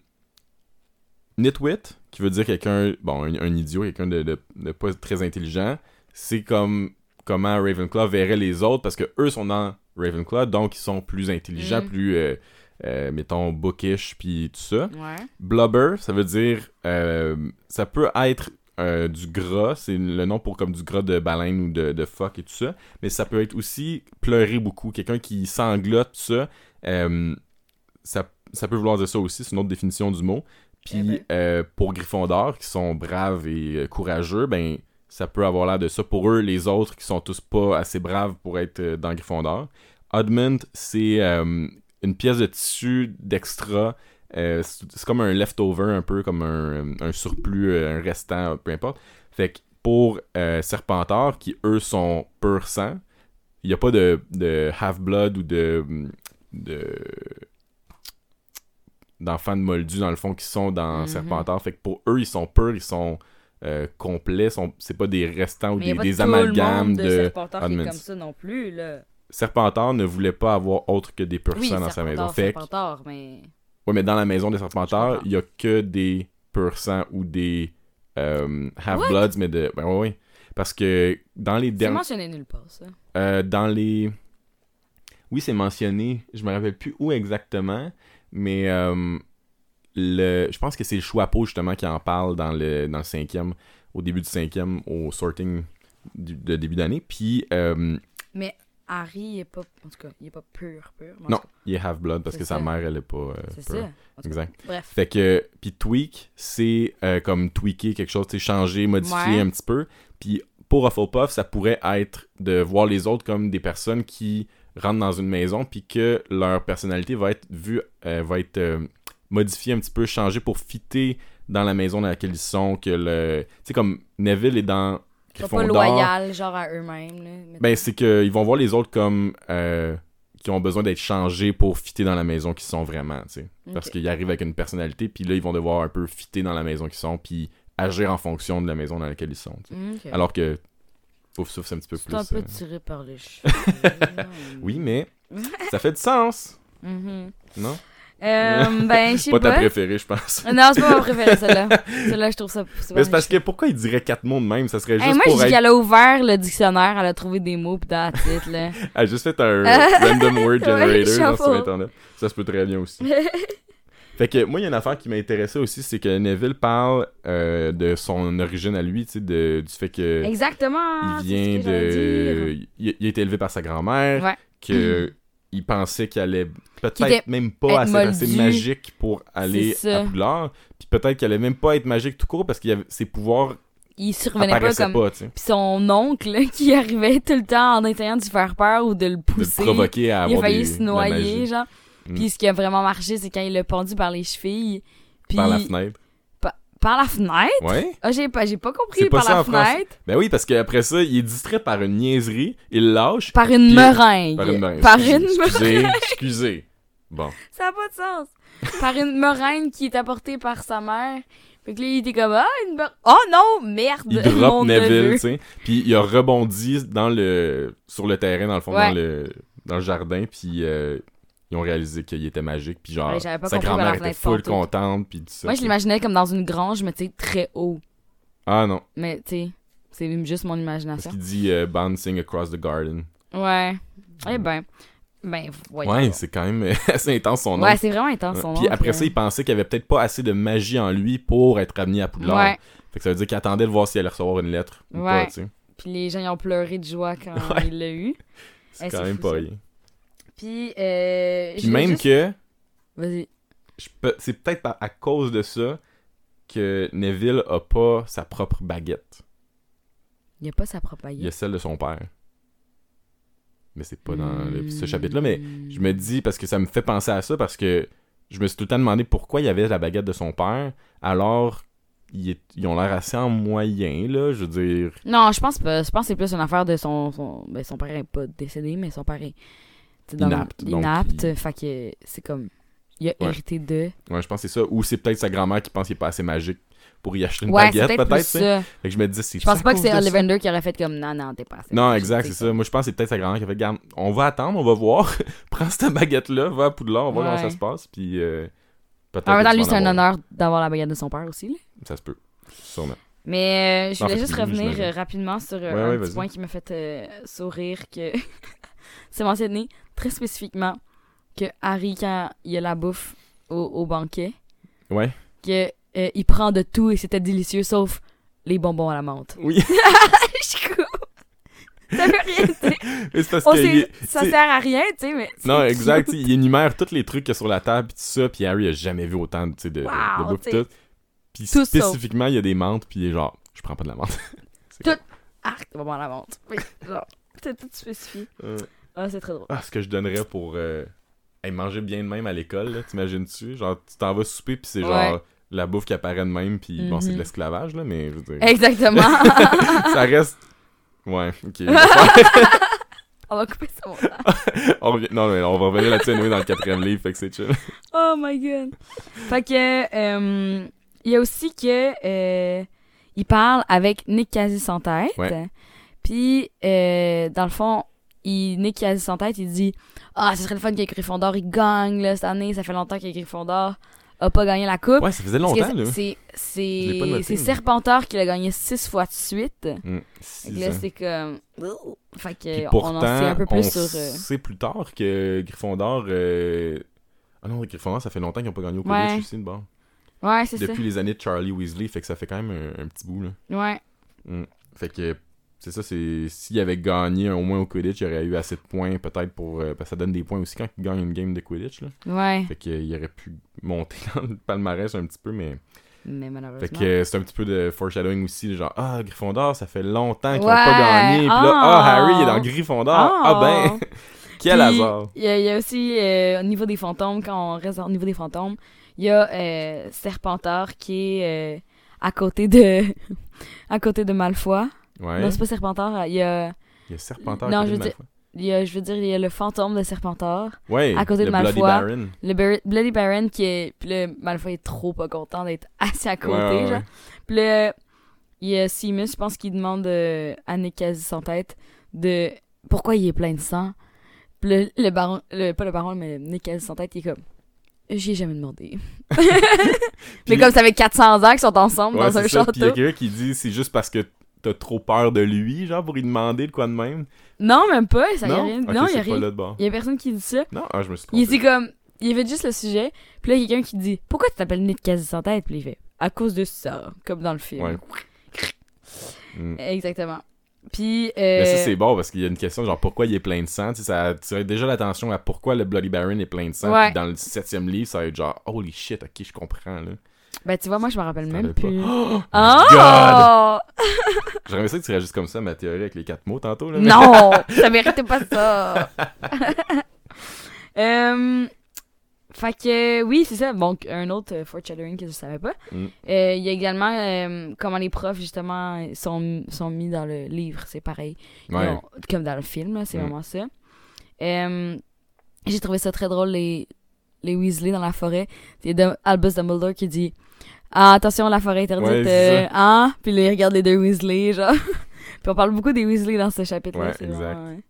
nitwit, qui veut dire quelqu'un, bon, un, un idiot, quelqu'un de, de, de pas très intelligent, c'est comme comment Ravenclaw verrait les autres, parce que eux sont dans Ravenclaw, donc ils sont plus intelligents, Mm. plus, euh, euh, mettons, bookish, puis tout ça. Ouais. Blubber, ça veut dire, euh, ça peut être euh, du gras, c'est le nom pour comme du gras de baleine ou de, de phoque et tout ça, mais ça peut être aussi pleurer beaucoup, quelqu'un qui sanglote, tout ça, euh, ça, ça peut vouloir dire ça aussi, c'est une autre définition du mot. Puis Eh ben. euh, pour Gryffondor, qui sont braves et euh, courageux, ben ça peut avoir l'air de ça. Pour eux, les autres qui sont tous pas assez braves pour être euh, dans Gryffondor. Oddment, c'est euh, une pièce de tissu d'extra. Euh, c'est c'est comme un leftover, un peu comme un, un surplus, euh, un restant, peu importe. Fait que pour euh, Serpentard, qui eux sont pur sang, il n'y a pas de, de half-blood ou de, de d'enfants de Moldus, dans le fond, qui sont dans Mm-hmm. Serpentard. Fait que pour eux, ils sont purs, ils sont euh, complets. Sont... C'est pas des restants ou Mais y a des, pas des tout amalgames le monde de, de Serpentard qui est Admins. comme ça non plus, là. Serpentard ne voulait pas avoir autre que des pur Oui, sang dans sa maison. Serpentard, Fait que... Serpentard, mais... Ouais, mais dans la maison des Serpentards, Je comprends. il y a que des pur sang ou des euh, half-bloods, mais de... Ben ouais, ouais. Parce que dans les C'est derniers... mentionné nulle part, ça. Euh, dans les... Oui, c'est mentionné. Je me rappelle plus où exactement, mais euh, le... je pense que c'est le Chouapo, justement, qui en parle dans le, dans le cinquième, au début du cinquième, au sorting du, de début d'année. Puis... Euh, Mais Harry, il est pas... En tout cas, il est pas pur, pur. mais en non, tout cas, il est half-blood parce C'est que sa ça. mère, elle est pas... euh, C'est pure. ça. En tout cas, Exact. Bref. Fait que, puis tweak, c'est euh, comme tweaker quelque chose, tu sais, changer, modifier Ouais. un petit peu. Puis pour Hufflepuff, ça pourrait être de voir les autres comme des personnes qui rentrent dans une maison, puis que leur personnalité va être vue, euh, va être euh, modifiée un petit peu, changée pour fitter dans la maison dans laquelle ils sont, que le... Tu sais, comme Neville est dans Ils sont pas Gryffondor. loyal, genre à eux-mêmes, là. mettons. Ben, c'est qu'ils vont voir les autres comme... euh, qui ont besoin d'être changés pour fitter dans la maison qu'ils sont vraiment, tu sais. Parce Ok. qu'ils arrivent avec une personnalité, puis là, ils vont devoir un peu fitter dans la maison qu'ils sont, puis agir en fonction de la maison dans laquelle ils sont, tu sais. Mm, ok. Alors que Pouf Souffle, c'est un petit peu C'est plus... un peu euh, tiré par les cheveux. Oui, mais ça fait du sens, Mhm. non? Euh, ben, je sais Pas pas. ta préférée, je pense. Non, c'est pas ma préférée, celle-là. Celle-là, je trouve ça... Mais c'est parce que pourquoi il dirait quatre mots de même? Ça serait juste Hey, moi, je pour dis être... qu'elle a ouvert le dictionnaire, elle a trouvé des mots, pis dans la titre, là. Elle a juste fait un random word generator Ouais, genre, sur chapeau. Internet. Ça se peut très bien aussi. Fait que moi, il y a une affaire qui m'intéressait aussi, c'est que Neville parle euh, de son origine à lui, tu sais, de- du fait que Exactement! il c'est vient ce que j'allais de... dire. Il, il a été élevé par sa grand-mère, Ouais. que il pensait qu'elle allait peut-être était- même pas être assez, assez moldu. magique pour aller C'est ça. à Poudlard, puis peut-être qu'elle allait même pas être magique tout court parce que ses pouvoirs Il survenait pas apparaissaient comme... pas, tu sais. Pis son oncle, là, qui arrivait tout le temps en essayant de lui faire peur ou de le De le pousser. provoquer à Il a avoir failli des, se de la noyer, magie genre. Mm. Puis ce qui a vraiment marché, c'est quand il l'a pendu par les chevilles. Puis... par la fenêtre. Par la fenêtre? Ouais? Ah, j'ai pas, j'ai pas compris C'est pas par ça la en français. fenêtre. Ben oui, parce qu'après ça, il est distrait par une niaiserie, il lâche. Par une Puis- meringue. Par une meringue. Par Excusez, une Excusez, meringue. excusez. Bon. Ça a pas de sens. Par une meringue qui est apportée par sa mère. Fait que là, il était comme, ah, une meringue. Oh non, merde. Il mon drop Neville, neveu. tu sais. Puis il a rebondi dans le, sur le terrain, dans le fond, Ouais. dans, le, dans le jardin. Puis euh, ils ont réalisé qu'il était magique. Puis genre, Ouais, j'avais pas sa compris par la grand-mère était fenêtre full pantoute. contente. Puis tout ça. Moi, je tu sais. l'imaginais comme dans une grange, mais tu sais, très haut. Ah non. Mais tu sais, c'est juste mon Parce imagination. qu'il dit euh, bouncing across the garden. Ouais. Eh ben. Ben, voyons. Ouais, c'est quand même assez intense son nom. Ouais, c'est vraiment intense son nom. Puis après que- ça, il pensait qu'il y avait peut-être pas assez de magie en lui pour être amené à Poudlard. Ouais. Fait que ça veut dire qu'il attendait de voir s'il allait recevoir une lettre ou Ouais. pas, tu sais. Puis les gens, ils ont pleuré de joie quand Ouais. il l'a eu. C'est Eh, quand c'est même fou, pas ça. rien. Puis, euh. Puis je voulais même juste- que, Vas-y. je peux- c'est peut-être à- à cause de ça que Neville a pas sa propre baguette. Il a pas sa propre Il baguette. a celle de son père. Mais c'est pas dans le- ce chapitre-là. Mais je me dis, parce que ça me fait penser à ça, parce que je me suis tout le temps demandé pourquoi il y avait la baguette de son père, alors ils, est- ils ont l'air assez en moyen, là, je veux dire. Non, je pense pas. Je pense que c'est plus une affaire de son. Son, ben, son père est pas décédé, mais son père est. tu sais, dans le- Inapte, donc Inapte. il- Fait que c'est comme. Il a Ouais. hérité de. Ouais, je pense que c'est ça. Ou c'est peut-être sa grand-mère qui pense qu'il est pas assez magique pour y acheter une Ouais, c'est baguette, peut-être peut-être, plus tu sais. ça. Fait que je me disais, c'est Je pense à pas que cause c'est de ça? Ollivander qui aurait fait comme non, non, t'es pas assez. Non, magique, exact, tu c'est sais, ça. Moi, je pense que c'est peut-être sa grand-mère qui a fait, garde, on va attendre, on va voir. Prends cette baguette-là, va à Poudlard, on va voir comment Ouais. ça se passe. Puis euh, peut-être. En même que temps, tu lui, vas c'est en un avoir. honneur d'avoir la baguette de son père aussi. Là. Ça se peut. Sûrement. Mais euh, je En voulais fait, juste oui, revenir j'imagine. euh, rapidement sur euh, Ouais, un ouais, petit vas-y. point qui m'a fait euh, sourire que c'est mentionné très spécifiquement que Harry, quand il a la bouffe au, au banquet, Ouais. que euh, il prend de tout et c'était délicieux sauf les bonbons à la menthe. Oui. Je suis comme... Ça veut rien dire. Mais c'est parce On que. sait- il- ça tu sais- sert à rien, tu sais, mais... Non, c'est exact. cute. tu sais, Il énumère tous les trucs qu'il y a sur la table, puis tout ça, puis Harry a jamais vu autant de, tu sais, de, de- Wow, de bouffe, tu sais. tout. Puis Tout spécifiquement, il y a des menthes, puis il est genre, je prends pas de la menthe. C'est Tout. comme- Arc, bonbons à la menthe. Oui, genre, c'est tout spécifié. Euh, Ah, c'est très drôle. Ah, ce que je donnerais pour euh, hey, manger bien de même à l'école, là, t'imagines-tu? Genre, tu t'en vas souper, puis c'est genre Ouais. la bouffe qui apparaît de même, puis bon, c'est de Mhm. l'esclavage, là, mais je veux dire. Exactement. Ça reste. Ouais, ok. On va couper ça montage. on revient... Non, mais on va revenir là-dessus anyway, dans le quatrième livre, fait que c'est chill. Oh my god. Fait que, euh, il y a aussi que, euh, il parle avec Nick Quasi sans tête. Ouais. Puis, euh, dans le fond, il, Nick Quasi sans tête, il dit « Ah, ce serait le fun que Gryffondor, il gagne, là, cette année. Ça fait longtemps que Gryffondor a pas gagné la coupe. » Ouais, ça faisait Parce que longtemps, là. c'est, c'est, Je l'ai pas noté, c'est mais- Serpentard qui l'a gagné six fois de suite. Mm, Fait six que là, ans. c'est comme... Fait Puis que, on pourtant, en sait un peu plus on sur... euh, sait plus tard que Gryffondor... Euh... Ah non, Gryffondor, ça fait longtemps qu'ils n'ont pas gagné au Quidditch Ouais. aussi, de bord. Ouais, c'est Depuis les années de Charlie Weasley, fait que ça fait quand même un, un petit bout, là. ça. Ouais. Mm. Fait que, c'est ça, c'est... S'il avait gagné au moins au Quidditch, il aurait eu assez de points, peut-être, pour... euh, Parce que ça donne des points aussi quand il gagne une game de Quidditch, là. Ouais. Fait qu'il aurait pu monter dans le palmarès un petit peu, mais... Mais Fait malheureusement. que euh, c'est un petit peu de foreshadowing aussi, genre, ah, Gryffondor, ça fait longtemps qu'ils n'ont Ouais. pas gagné. Puis là, Ah. ah, Harry il est dans Gryffondor. Ah, Ah. ben, quel Puis, hasard. Il y, a- il y a aussi, euh, au niveau des fantômes, quand on reste au niveau des fantômes, il y a euh, Serpentard qui est euh, à côté de à côté de Malfoy. Ouais. Non, c'est pas Serpentard, il y a, Il y a Serpentard Non, à côté je de veux dire- Malfoy. il y a, je veux dire, il y a le fantôme de Serpentard, Ouais, à côté le de Bloody Malfoy. Baron. le Bar- Bloody Baron qui est... Puis là, Malfoy est trop pas content d'être assis à côté, Ouais, ouais, genre. ouais. Puis là, il y a Seamus, je pense, qui demande euh, à Nick Quasi sans tête de pourquoi il est plein de sang. Puis le, le baron, le, pas le baron, mais Nick Quasi sans tête, il est comme j'y ai jamais demandé. Mais comme ça fait quatre cents ans qu'ils sont ensemble Ouais, dans c'est un ça. Puis il y a château. quelqu'un qui dit c'est juste parce que t'as trop peur de lui, genre, pour lui demander de quoi de même. Non, même pas, ça y a Non, rien. Ok, non, il y c'est a pas rien. là de bord. Il y a personne qui dit ça. Non, ah, je me suis Il trompé. était comme il fait juste le sujet. Puis là, il y a quelqu'un qui dit pourquoi tu t'appelles Nick Quasi sans tête? Puis il fait à cause de ça, comme dans le film. Ouais. Mm. Exactement. Puis euh, Mais ça, c'est bon parce qu'il y a une question genre pourquoi il est plein de sang. Tu sais, ça attirait déjà l'attention à pourquoi le Bloody Baron est plein de sang. Ouais. Puis dans le septième livre, ça va être genre holy shit, ok, je comprends là. ben tu vois, moi je me rappelle Je même me rappelle plus. pas. Oh! J'aurais aimé ça que tu réagisses comme ça à ma théorie avec les quatre mots tantôt. Là, mais- Non, ça méritait pas ça. euh, fait que oui, c'est ça. Bon, un autre euh, foreshadowing que je savais pas. Mm. Euh, Il y a également euh, comment les profs justement sont, sont mis dans le livre, c'est pareil. Ils Ouais. ont- comme dans le film, là, c'est Mm. vraiment ça. Euh, J'ai trouvé ça très drôle les les Weasley dans la forêt. Il y a Albus Dumbledore qui dit ah, attention, la forêt interdite. Ouais, c'est euh, hein? Puis là, il regarde les deux Weasley, genre. Puis on parle beaucoup des Weasley dans ce chapitre-là. Ouais, c'est exact. vraiment, ouais.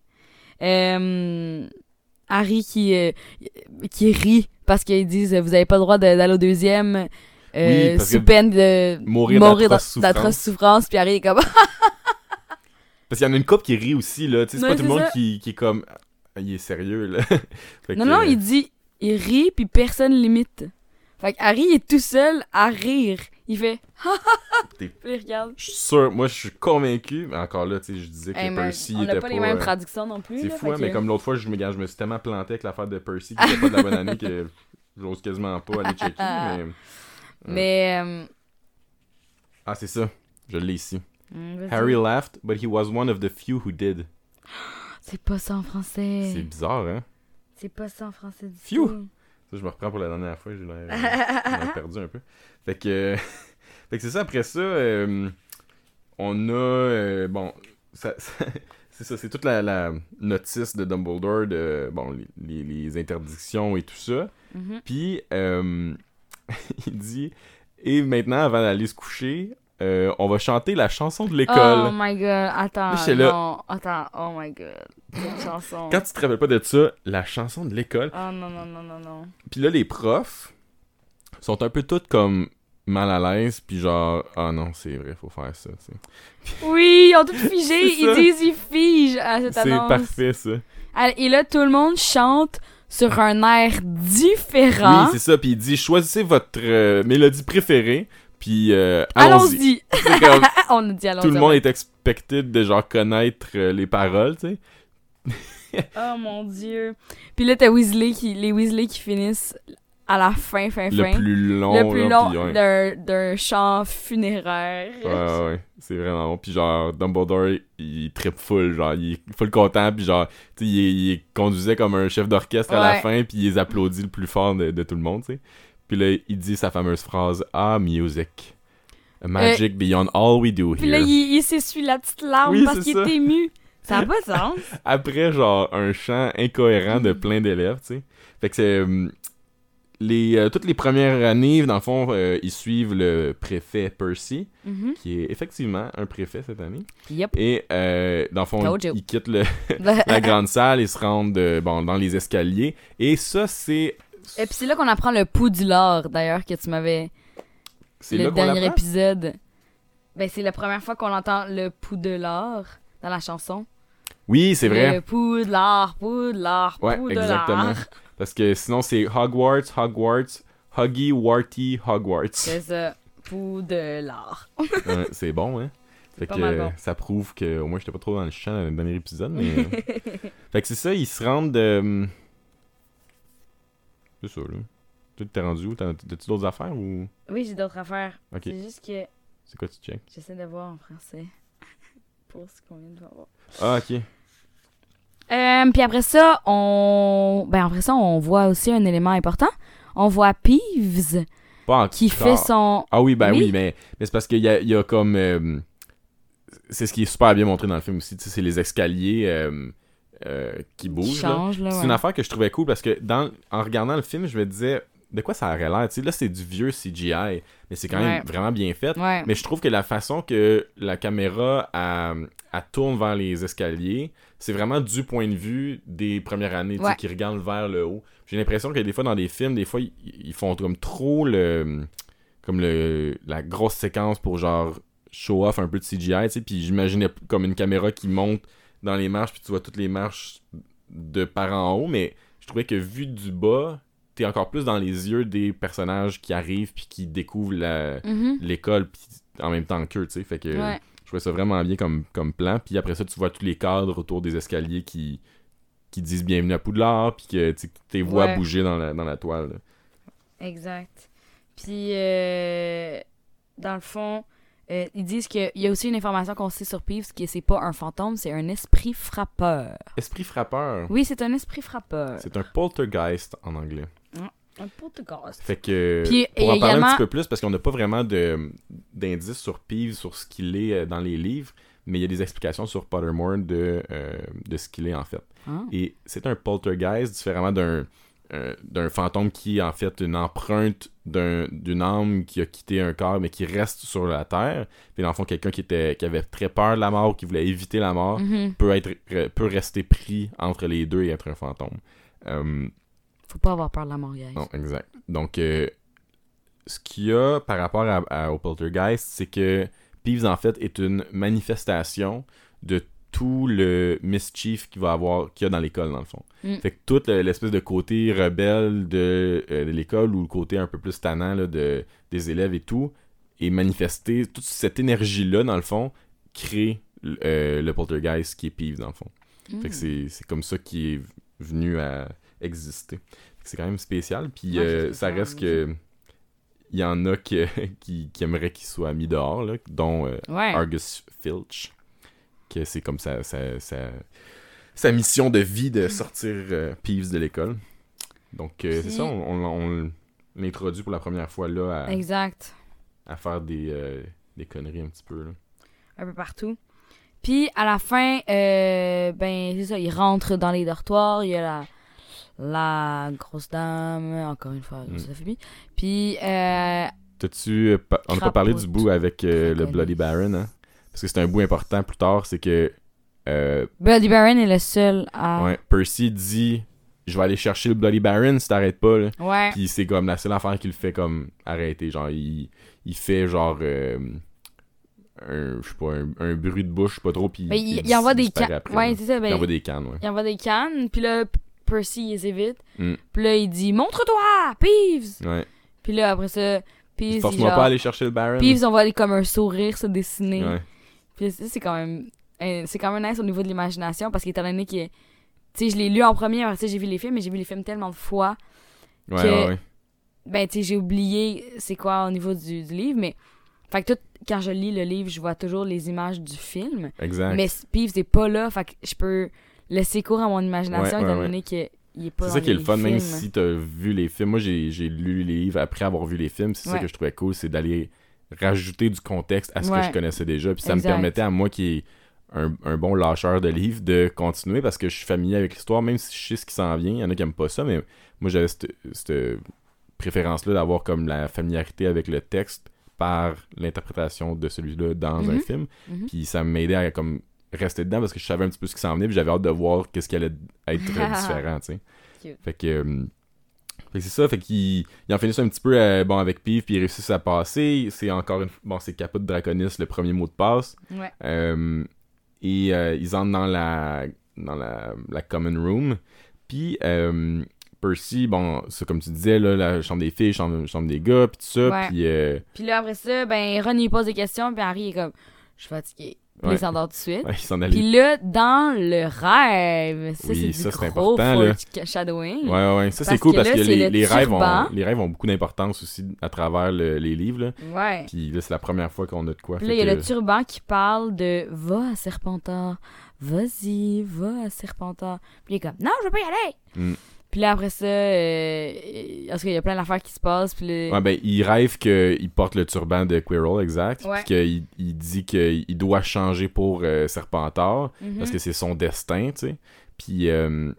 Euh, Harry qui, euh, qui rit parce qu'ils disent vous avez pas le droit de- d'aller au deuxième euh, Oui, parce sous que peine de mourir mourir d'atroces d'a- d'atroces souffrances. souffrances. Puis Harry est comme Parce qu'il y en a une couple qui rit aussi, là. Tu sais, c'est Ouais, pas tout le c'est monde ça. qui, qui est comme. Ah, il est sérieux, là. Fait non, que, non, euh, il dit il rit puis personne l'imite. Fait que Harry est tout seul à rire. Il fait T'es- puis il regarde. Je suis sûr, moi je suis convaincu. Mais encore là, tu sais, je disais que Hey, mais Percy on était n'a pas les mêmes euh, traductions non plus. C'est là, fou, fait hein, mais que- comme l'autre fois, je me, je me suis tellement planté avec l'affaire de Percy qui était pas de la bonne année que j'ose quasiment pas aller checker. mais... Mais euh, Ah, c'est ça. Je l'ai ici. hum, vas-y. Harry laughed, but he was one of the few who did. C'est pas ça en français. C'est bizarre, hein? C'est pas ça en français du Phew. tout. Ça, je me reprends pour la dernière fois, j'ai l'air j'ai l'air perdu un peu. Fait que, fait que c'est ça, après ça, euh, on a, euh, bon, ça, ça- c'est ça, c'est toute la, la notice de Dumbledore de, bon, les, les, les interdictions et tout ça. Mhm. Puis, euh, il dit, et maintenant, avant d'aller se coucher, euh, on va chanter la chanson de l'école. Oh my god, attends, J'étais là. non, attends, oh my god, cette chanson. Quand tu te rappelles pas de ça, la chanson de l'école. Oh non, non, non, non, non. Puis là, les profs sont un peu tous comme mal à l'aise, puis genre, ah non, c'est vrai, faut faire ça, tu sais. Oui, ils ont tout figé, C'est ils ça. disent ils figent à cette C'est annonce. parfait, ça. Ah, et là, tout le monde chante sur un air différent. Oui, c'est ça. Puis il dit, choisissez votre euh, mélodie préférée, puis euh, allons-y. Allons-y. C'est comme, On a dit allons-y. tout le monde est expected de genre connaître euh, les paroles, tu sais. Oh mon dieu. Puis là, t'as Weasley qui, les Weasley qui finissent à la fin, fin, fin. Le plus long, Le plus là, long puis ouais. d'un, d'un chant funéraire. Ouais, ouais, ouais, c'est vraiment bon. Puis genre, Dumbledore, il, il trippe full, genre, il est full content, puis genre, tu sais, il, il est conduisait comme un chef d'orchestre à la Ouais. fin, puis il les applaudit le plus fort de, de tout le monde, tu sais. Puis là, il dit sa fameuse phrase « Ah, music. A magic beyond all we do Puis là, here. il, il s'essuie la petite larme Oui, parce c'est qu'il ça. est ému. Ça n'a pas de sens. Après, genre, un chant incohérent de plein d'élèves, tu sais. Fait que c'est... euh, les, euh, toutes les premières années, dans le fond, euh, ils suivent le préfet Percy, Mhm. qui est effectivement un préfet cette année. Yep. Et, euh, dans le fond, Told you. ils quittent le, la grande salle et se rendent euh, bon, dans les escaliers. Et ça, c'est... Et puis c'est là qu'on apprend le pouls du lard, d'ailleurs, que tu m'avais... C'est le là qu'on dernier l'apprend? épisode. Ben, c'est la première fois qu'on entend le pouls de lard dans la chanson. Oui, c'est vrai. Le pouls de lard, pouls de lard, Ouais, pouls de exactement. lard. Parce que sinon, c'est Hogwarts, Hogwarts, Huggy, Warty, Hogwarts. C'est ça. Pouls de lard. Ouais, c'est bon, hein? Fait pas que mal bon. ça prouve que au moins j'étais pas trop dans le champ dans le dernier épisode, mais. Fait que c'est ça, ils se rendent de. C'est ça, là. Tu t'es rendu où? T'as- T'as-tu d'autres affaires ou. Oui, j'ai d'autres affaires. Ok. C'est juste que C'est quoi tu check? j'essaie de voir en français. Pour ce qu'on vient de voir. Ah, ok. Euh, puis après ça, on... Ben, après ça, on voit aussi un élément important. On voit Peeves Pas encore. qui fait son... Ah oui, ben oui, Oui. mais, mais c'est parce qu'il y a, il y a comme. euh, c'est ce qui est super bien montré dans le film aussi, tu sais, c'est les escaliers euh, euh, qui qui bougent. là. change, là, C'est ouais. une affaire que je trouvais cool parce que dans, en regardant le film, je me disais de quoi ça aurait l'air. Tu sais, là, c'est du vieux C G I, mais c'est quand même Ouais. vraiment bien fait. Ouais. Mais je trouve que la façon que la caméra elle, elle tourne vers les escaliers, c'est vraiment du point de vue des premières années, tu sais, Ouais. qui regardent vers le haut. J'ai l'impression que des fois dans des films, des fois ils, ils font comme trop le comme le la grosse séquence pour genre show off un peu de C G I, tu sais, puis j'imaginais comme une caméra qui monte dans les marches puis tu vois toutes les marches de par en haut, mais je trouvais que vu du bas, t'es encore plus dans les yeux des personnages qui arrivent puis qui découvrent la Mhm. l'école puis en même temps qu'eux, tu sais, fait que Ouais. je trouvais ça vraiment bien comme, comme plan, puis après ça tu vois tous les cadres autour des escaliers qui qui disent bienvenue à Poudlard puis que tu les vois Ouais. bouger dans la, dans la toile là. Exact. Puis, euh, dans le fond, euh, ils disent qu'il y a aussi une information qu'on sait sur Peeves, qui c'est pas un fantôme, c'est un esprit frappeur. Esprit frappeur, Oui, c'est un esprit frappeur. c'est un poltergeist en anglais. Un poltergeist. Fait que Puis, pour il y a en parler également- un petit peu plus, parce qu'on n'a pas vraiment de, d'indices sur Peeves, sur ce qu'il est euh, dans les livres, mais il y a des explications sur Pottermore de, euh, de ce qu'il est en fait. Ah. Et c'est un poltergeist, différemment d'un, euh, d'un fantôme qui est en fait une empreinte d'un, d'une âme qui a quitté un corps mais qui reste sur la terre. Puis dans le fond, quelqu'un qui, était, qui avait très peur de la mort, qui voulait éviter la mort, Mhm. peut, être, peut rester pris entre les deux et être un fantôme. Euh, Faut pas avoir peur de la mort, guys. non, exact. Donc, euh, ce qu'il y a par rapport à, à- au poltergeist, c'est que Peeves, en fait, est une manifestation de tout le mischief qu'il va avoir, qu'il y a dans l'école, dans le fond. Mm. Fait que tout le- l'espèce de côté rebelle de, euh, de l'école, ou le côté un peu plus tannant là, de, des élèves et tout, est manifesté. Toute cette énergie-là, dans le fond, crée euh, le poltergeist qui est Peeves, dans le fond. Mm. Fait que c'est, c'est comme ça qu'il est venu à exister. Fait que c'est quand même spécial. Puis Ouais, euh, c'est ça spécial, reste que il y en a que, qui, qui aimeraient qu'il soit mis dehors, là, dont euh, Ouais. Argus Filch. Que c'est comme sa, sa, sa, sa mission de vie de sortir euh, Peeves de l'école. Donc euh, Puis- c'est ça, on, on, on l'introduit pour la première fois là à, Exact. à faire des, euh, des conneries un petit peu. Là. Un peu partout. Puis, à la fin, euh, ben, c'est ça, ils rentrent dans les dortoirs, il y a la, la grosse dame, encore une fois, la grosse Mm. Sophie. Puis, euh, T'as-tu, euh, pa- on n'a pas parlé du Crapaud. bout avec euh, le Craconnis. Bloody Baron, hein? Parce que c'est un bout important plus tard, c'est que euh, Bloody Baron est le seul à... ouais, Percy dit « Je vais aller chercher le Bloody Baron si t'arrêtes pas. » là. Ouais. Puis c'est comme la seule affaire qu'il fait comme arrêter. Genre, il, il fait genre... euh, un, je sais pas, un, un bruit de bouche, je sais pas trop, puis Ben, il, il il envoie des disparaît cannes. après, Ouais, là. c'est ça. Ben, Il envoie des cannes, ouais. il envoie des cannes, puis là, P- Percy, il les évite. Mm. Puis là, il dit « Montre-toi, Peeves! Ouais. » Puis là, après ça, Peeves, il Force-moi genre... pas à aller chercher le Baron. Peeves, on voit comme un sourire se dessiner. Ouais. Puis ça, c'est quand même... euh, c'est quand même nice au niveau de l'imagination, parce qu'étant donné que... Tu sais, je l'ai lu en premier, après ça, j'ai vu les films, mais j'ai vu les films tellement de fois, Ouais, que- ouais, ouais. ben, tu sais, j'ai oublié c'est quoi au niveau du, du livre, mais... Fait que tout, quand je lis le livre, je vois toujours les images du film, Exact. mais Peeves n'est pas là, fait que je peux laisser cours à mon imagination, Ouais, ouais, étant ouais. donné qu'il est pas C'est dans ça qui est les le fun, même films. si t'as vu les films. Moi, j'ai, j'ai lu les livres après avoir vu les films. C'est ça Ouais. que je trouvais cool, c'est d'aller rajouter du contexte à ce Ouais. que je connaissais déjà. Puis ça Exact. me permettait à moi qui est un, un bon lâcheur de livre de continuer parce que je suis familier avec l'histoire, même si je sais ce qui s'en vient. Il y en a qui aiment pas ça, mais moi, j'avais cette, cette préférence-là d'avoir comme la familiarité avec le texte par l'interprétation de celui-là dans Mm-hmm. un film. Mm-hmm. Puis ça m'aidait à comme rester dedans parce que je savais un petit peu ce qui s'en venait puis j'avais hâte de voir qu'est-ce qui allait être différent, tu sais. Cute. Fait que... euh, fait que c'est ça, fait qu'il il en finit ça un petit peu euh, bon avec Peeve, puis il réussit à passer. C'est encore une bon, c'est Caput Draconis, le premier mot de passe. Ouais. Euh, et euh, ils entrent dans la dans la, la common room. Puis euh, Percy, bon, c'est comme tu disais, là, la chambre des filles, chambre, chambre des gars, puis tout ça. Ouais. Puis euh, Puis là, après ça, ben, Ron, il pose des questions, puis Harry est comme, je suis fatigué. Puis Ouais. il s'endort tout de suite. ouais, ils s'en allaient. Puis là, dans le rêve, ça, Oui, c'est ça, du c'est gros important, là. foreshadowing. Ouais, ouais, ouais. Ça, c'est Parce cool que parce là, que c'est les, le les, rêves ont, turban. les rêves ont beaucoup d'importance aussi à travers le- les livres. Là. Ouais. Puis là, c'est la première fois qu'on a de quoi. Puis fait là, il y a que- le turban qui parle de va à Serpentard, vas-y, va à Serpentard. Puis il est comme non, je veux pas y aller. Mm. Puis là, après ça, euh, parce qu'il y a plein d'affaires qui se passent. Puis là, Ouais, ben, il rêve qu'il porte le turban de Quirrell, exact. Ouais. Puis qu'il il dit qu'il doit changer pour euh, Serpentard, mhm. parce que c'est son destin, tu sais. Puis euh,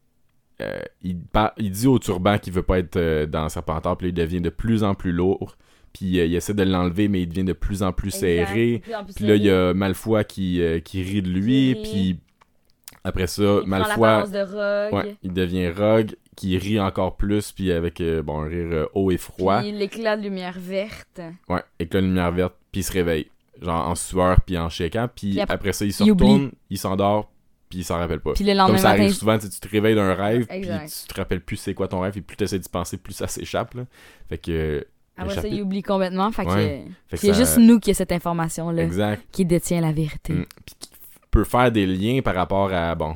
euh, il, par- il dit au turban qu'il veut pas être euh, dans Serpentard, puis là, il devient de plus en plus lourd. Puis euh, il essaie de l'enlever, mais il devient de plus en plus Exact. serré. Puis en plus, Puis là, il y il a Malfoy qui, euh, qui rit de lui, Qui rit. puis après ça, prend Malfoy... l'apparence de Rogue. Ouais, il devient Rogue, qui rit encore plus, puis avec euh, bon, un rire euh, haut et froid. Puis l'éclat de lumière verte. Ouais, avec la lumière verte, puis il se réveille. Genre en sueur, puis en shaking, puis Puis après- après, ça, il se il retourne, oublie. il s'endort, puis il s'en rappelle pas. Puis le Comme lendemain ça matin, arrive souvent, tu sais, tu te réveilles d'un rêve, Exact. puis tu te rappelles plus c'est quoi ton rêve, et plus tu essaies d'y penser, plus ça s'échappe. Là. Fait que. après le ça, chapitre- il oublie complètement. Fait que Ouais. Fait que c'est ça- juste nous qui a cette information-là, Exact. qui détient la vérité. Mm. Puis qui peut faire des liens par rapport à, bon,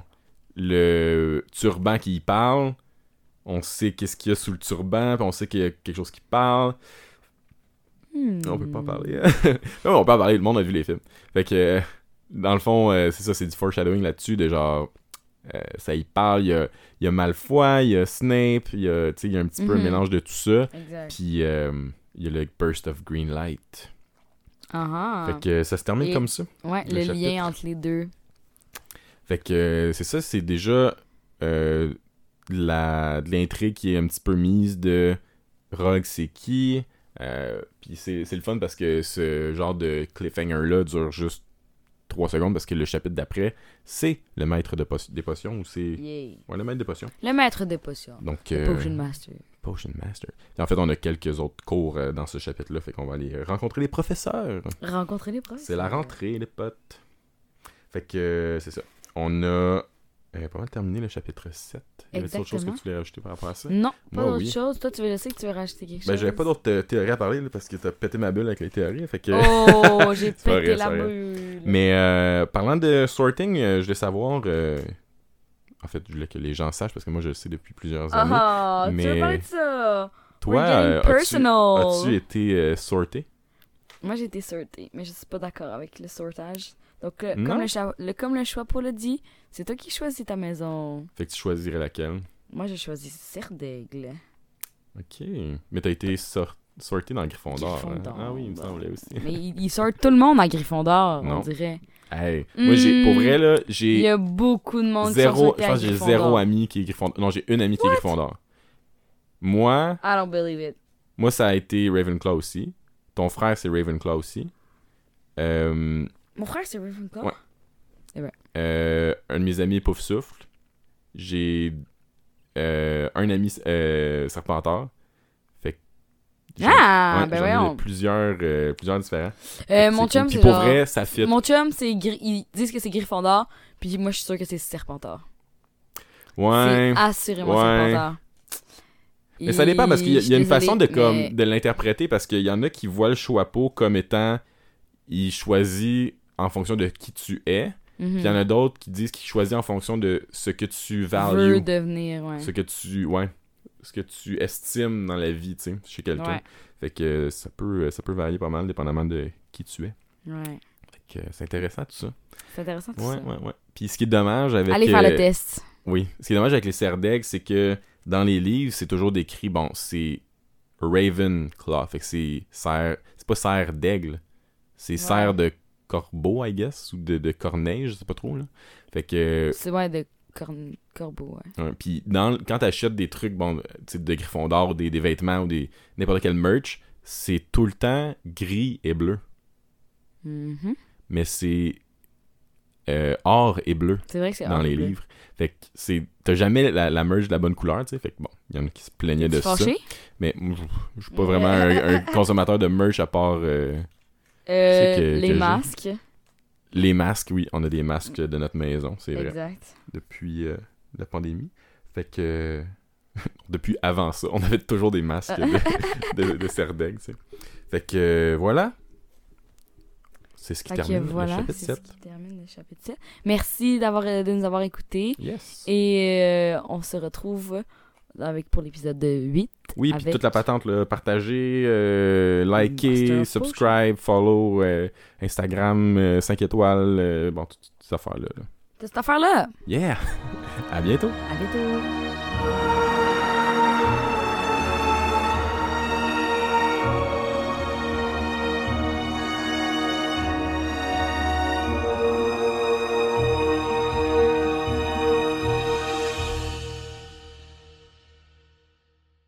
le turban qui y parle. On sait qu'est-ce qu'il y a sous le turban, puis on sait qu'il y a quelque chose qui parle. Hmm. On peut pas en parler. Non, on peut en parler, le monde a vu les films. Fait que, euh, dans le fond, euh, c'est ça, c'est du foreshadowing là-dessus, de genre, euh, ça y parle, il y a, il y a Malfoy, il y a Snape, il y a, tu sais, il y a un petit peu un Mhm. mélange de tout ça. Exact. Puis, euh, il y a le burst of green light. Ah, Fait que euh, ça se termine Et- comme ça. ouais, le le chapitre. lien entre les deux. Fait que euh, c'est ça, c'est déjà euh, de la, de l'intrigue qui est un petit peu mise de Rogue c'est qui. Euh, Puis c'est, c'est le fun parce que ce genre de cliffhanger-là dure juste trois secondes parce que le chapitre d'après, c'est le maître de po- des potions ou c'est... Yay. Ouais, le maître des potions. Le maître des potions. Donc, Le euh, Potion Master. Potion Master. Et en fait, on a quelques autres cours euh, dans ce chapitre-là, fait qu'on va aller rencontrer les professeurs. Rencontrer les profs. C'est la rentrée, les potes. Fait que euh, c'est ça. On a euh, pas mal terminé le chapitre sept. Y avait autre chose que Exactement. tu voulais rajouter par rapport à ça? Non, pas Moi, d'autre oui. chose. Toi, tu veux, je sais que tu veux rajouter quelque chose. Ben, j'avais pas d'autres euh, théories à parler là, parce que t'as pété ma bulle avec les théories. Fait que... Oh, j'ai C'est pas pété vrai, la c'est vrai. bulle. Mais euh, parlant de sorting, euh, je voulais savoir. euh, En fait, je voulais que les gens sachent parce que moi je le sais depuis plusieurs années. Ah, tu mais- veux parler de ça? Toi, we're getting euh, as-tu, personal. as-tu été euh, sorté? Moi, j'ai été sortée, mais je suis pas d'accord avec le sortage. Donc, le- Non? comme, le cha- le, comme le choix l'a dit, c'est toi qui choisis ta maison. Fait que tu choisirais laquelle? Moi, j'ai choisi Serdaigle. Ok. Mais t'as été sor- sorté dans Gryffondor. hein? Gryffondor, Ah oui, il me bon. semblait aussi. Mais ils ils sortent tout le monde à Gryffondor, Non. on dirait. Hey, moi, j'ai, pour Hmm. vrai, là, Il j'ai y a beaucoup de monde qui sont zéro. sortis Je à pense que j'ai Gryffondor. zéro ami qui est Gryffondor. Non, j'ai une amie qui est Gryffondor. Moi, I don't believe it. moi, ça a été Ravenclaw aussi. Ton frère, c'est Ravenclaw aussi. Euh, Mon frère, c'est Ravenclaw. Ouais. euh, un de mes amis est Poufsouffle. J'ai euh, un ami euh, Serpentard. Fait que j'ai- Ah, ouais, ben j'en ai de voyons. plusieurs, euh, plusieurs différents. Euh, Fait que mon c'est chum, cool. c'est Puis pour genre- vrai, ça fit. Mon chum, c'est Gry- ils disent que c'est Gryffondor, puis moi, je suis sûre que c'est Serpentard. Ouais. C'est assurément ouais. Serpentard. Mais ça dépend parce qu'il y a, Et il y a une je suis façon de, désolée, comme, mais- de l'interpréter parce qu'il y en a qui voient le choix-peau comme étant il choisit en fonction de qui tu es. Mhm. Puis il y en a d'autres qui disent qu'il choisit en fonction de ce que tu Veut values, devenir, ouais. ce que tu ouais, ce que tu estimes dans la vie, tu sais, chez quelqu'un. Ouais. Fait que ça peut ça peut varier pas mal dépendamment de qui tu es. Ouais. Fait que c'est intéressant tout ça. C'est intéressant tout Ouais, ça. ouais, ouais. Puis ce qui est dommage avec Allez faire euh, le test. oui, ce qui est dommage avec les Serdaigle, c'est que dans les livres, c'est toujours décrit, bon, c'est Ravenclaw, fait que c'est serre, c'est pas serre d'aigle, c'est serre de corbeaux, I guess, ou de, de corneilles, je sais pas trop, là. Fait que... C'est ouais, de corn... corbeau, ouais. ouais, puis dans, quand t'achètes des trucs, bon, tu sais, de Gryffondor, des, des vêtements ou des n'importe quel merch, c'est tout le temps gris et bleu. Mm-hmm. Mais c'est euh, or et bleu C'est vrai que c'est dans or les et bleu. livres. Fait que c'est... T'as jamais la, la merge de la bonne couleur, tu sais. Fait que bon, il y en a qui se plaignaient de Tu ça. fâché? Mais moi, je je suis pas vraiment un, un consommateur de merch à part euh, Euh, C'est que- les que j'ai- masques. les masques. Oui, on a des masques de notre maison, c'est vrai. Exact. Depuis euh, la pandémie. Fait que... depuis avant ça, on avait toujours des masques de, de, de Serdaigle, tu sais. Fait que euh, voilà. C'est ce qui Fait que termine voilà, le chapitre c'est sept. ce qui termine le chapitre sept. Merci d'avoir, euh, de nous avoir écoutés. Yes. Et euh, on se retrouve avec pour l'épisode huit. Oui, puis avec- toute la patente, là, partager, euh, liker, Master subscribe, follow, euh, Instagram, euh, cinq étoiles, euh, bon, toutes ces affaires-là. là. De cette affaire-là. Yeah! À bientôt! À bientôt.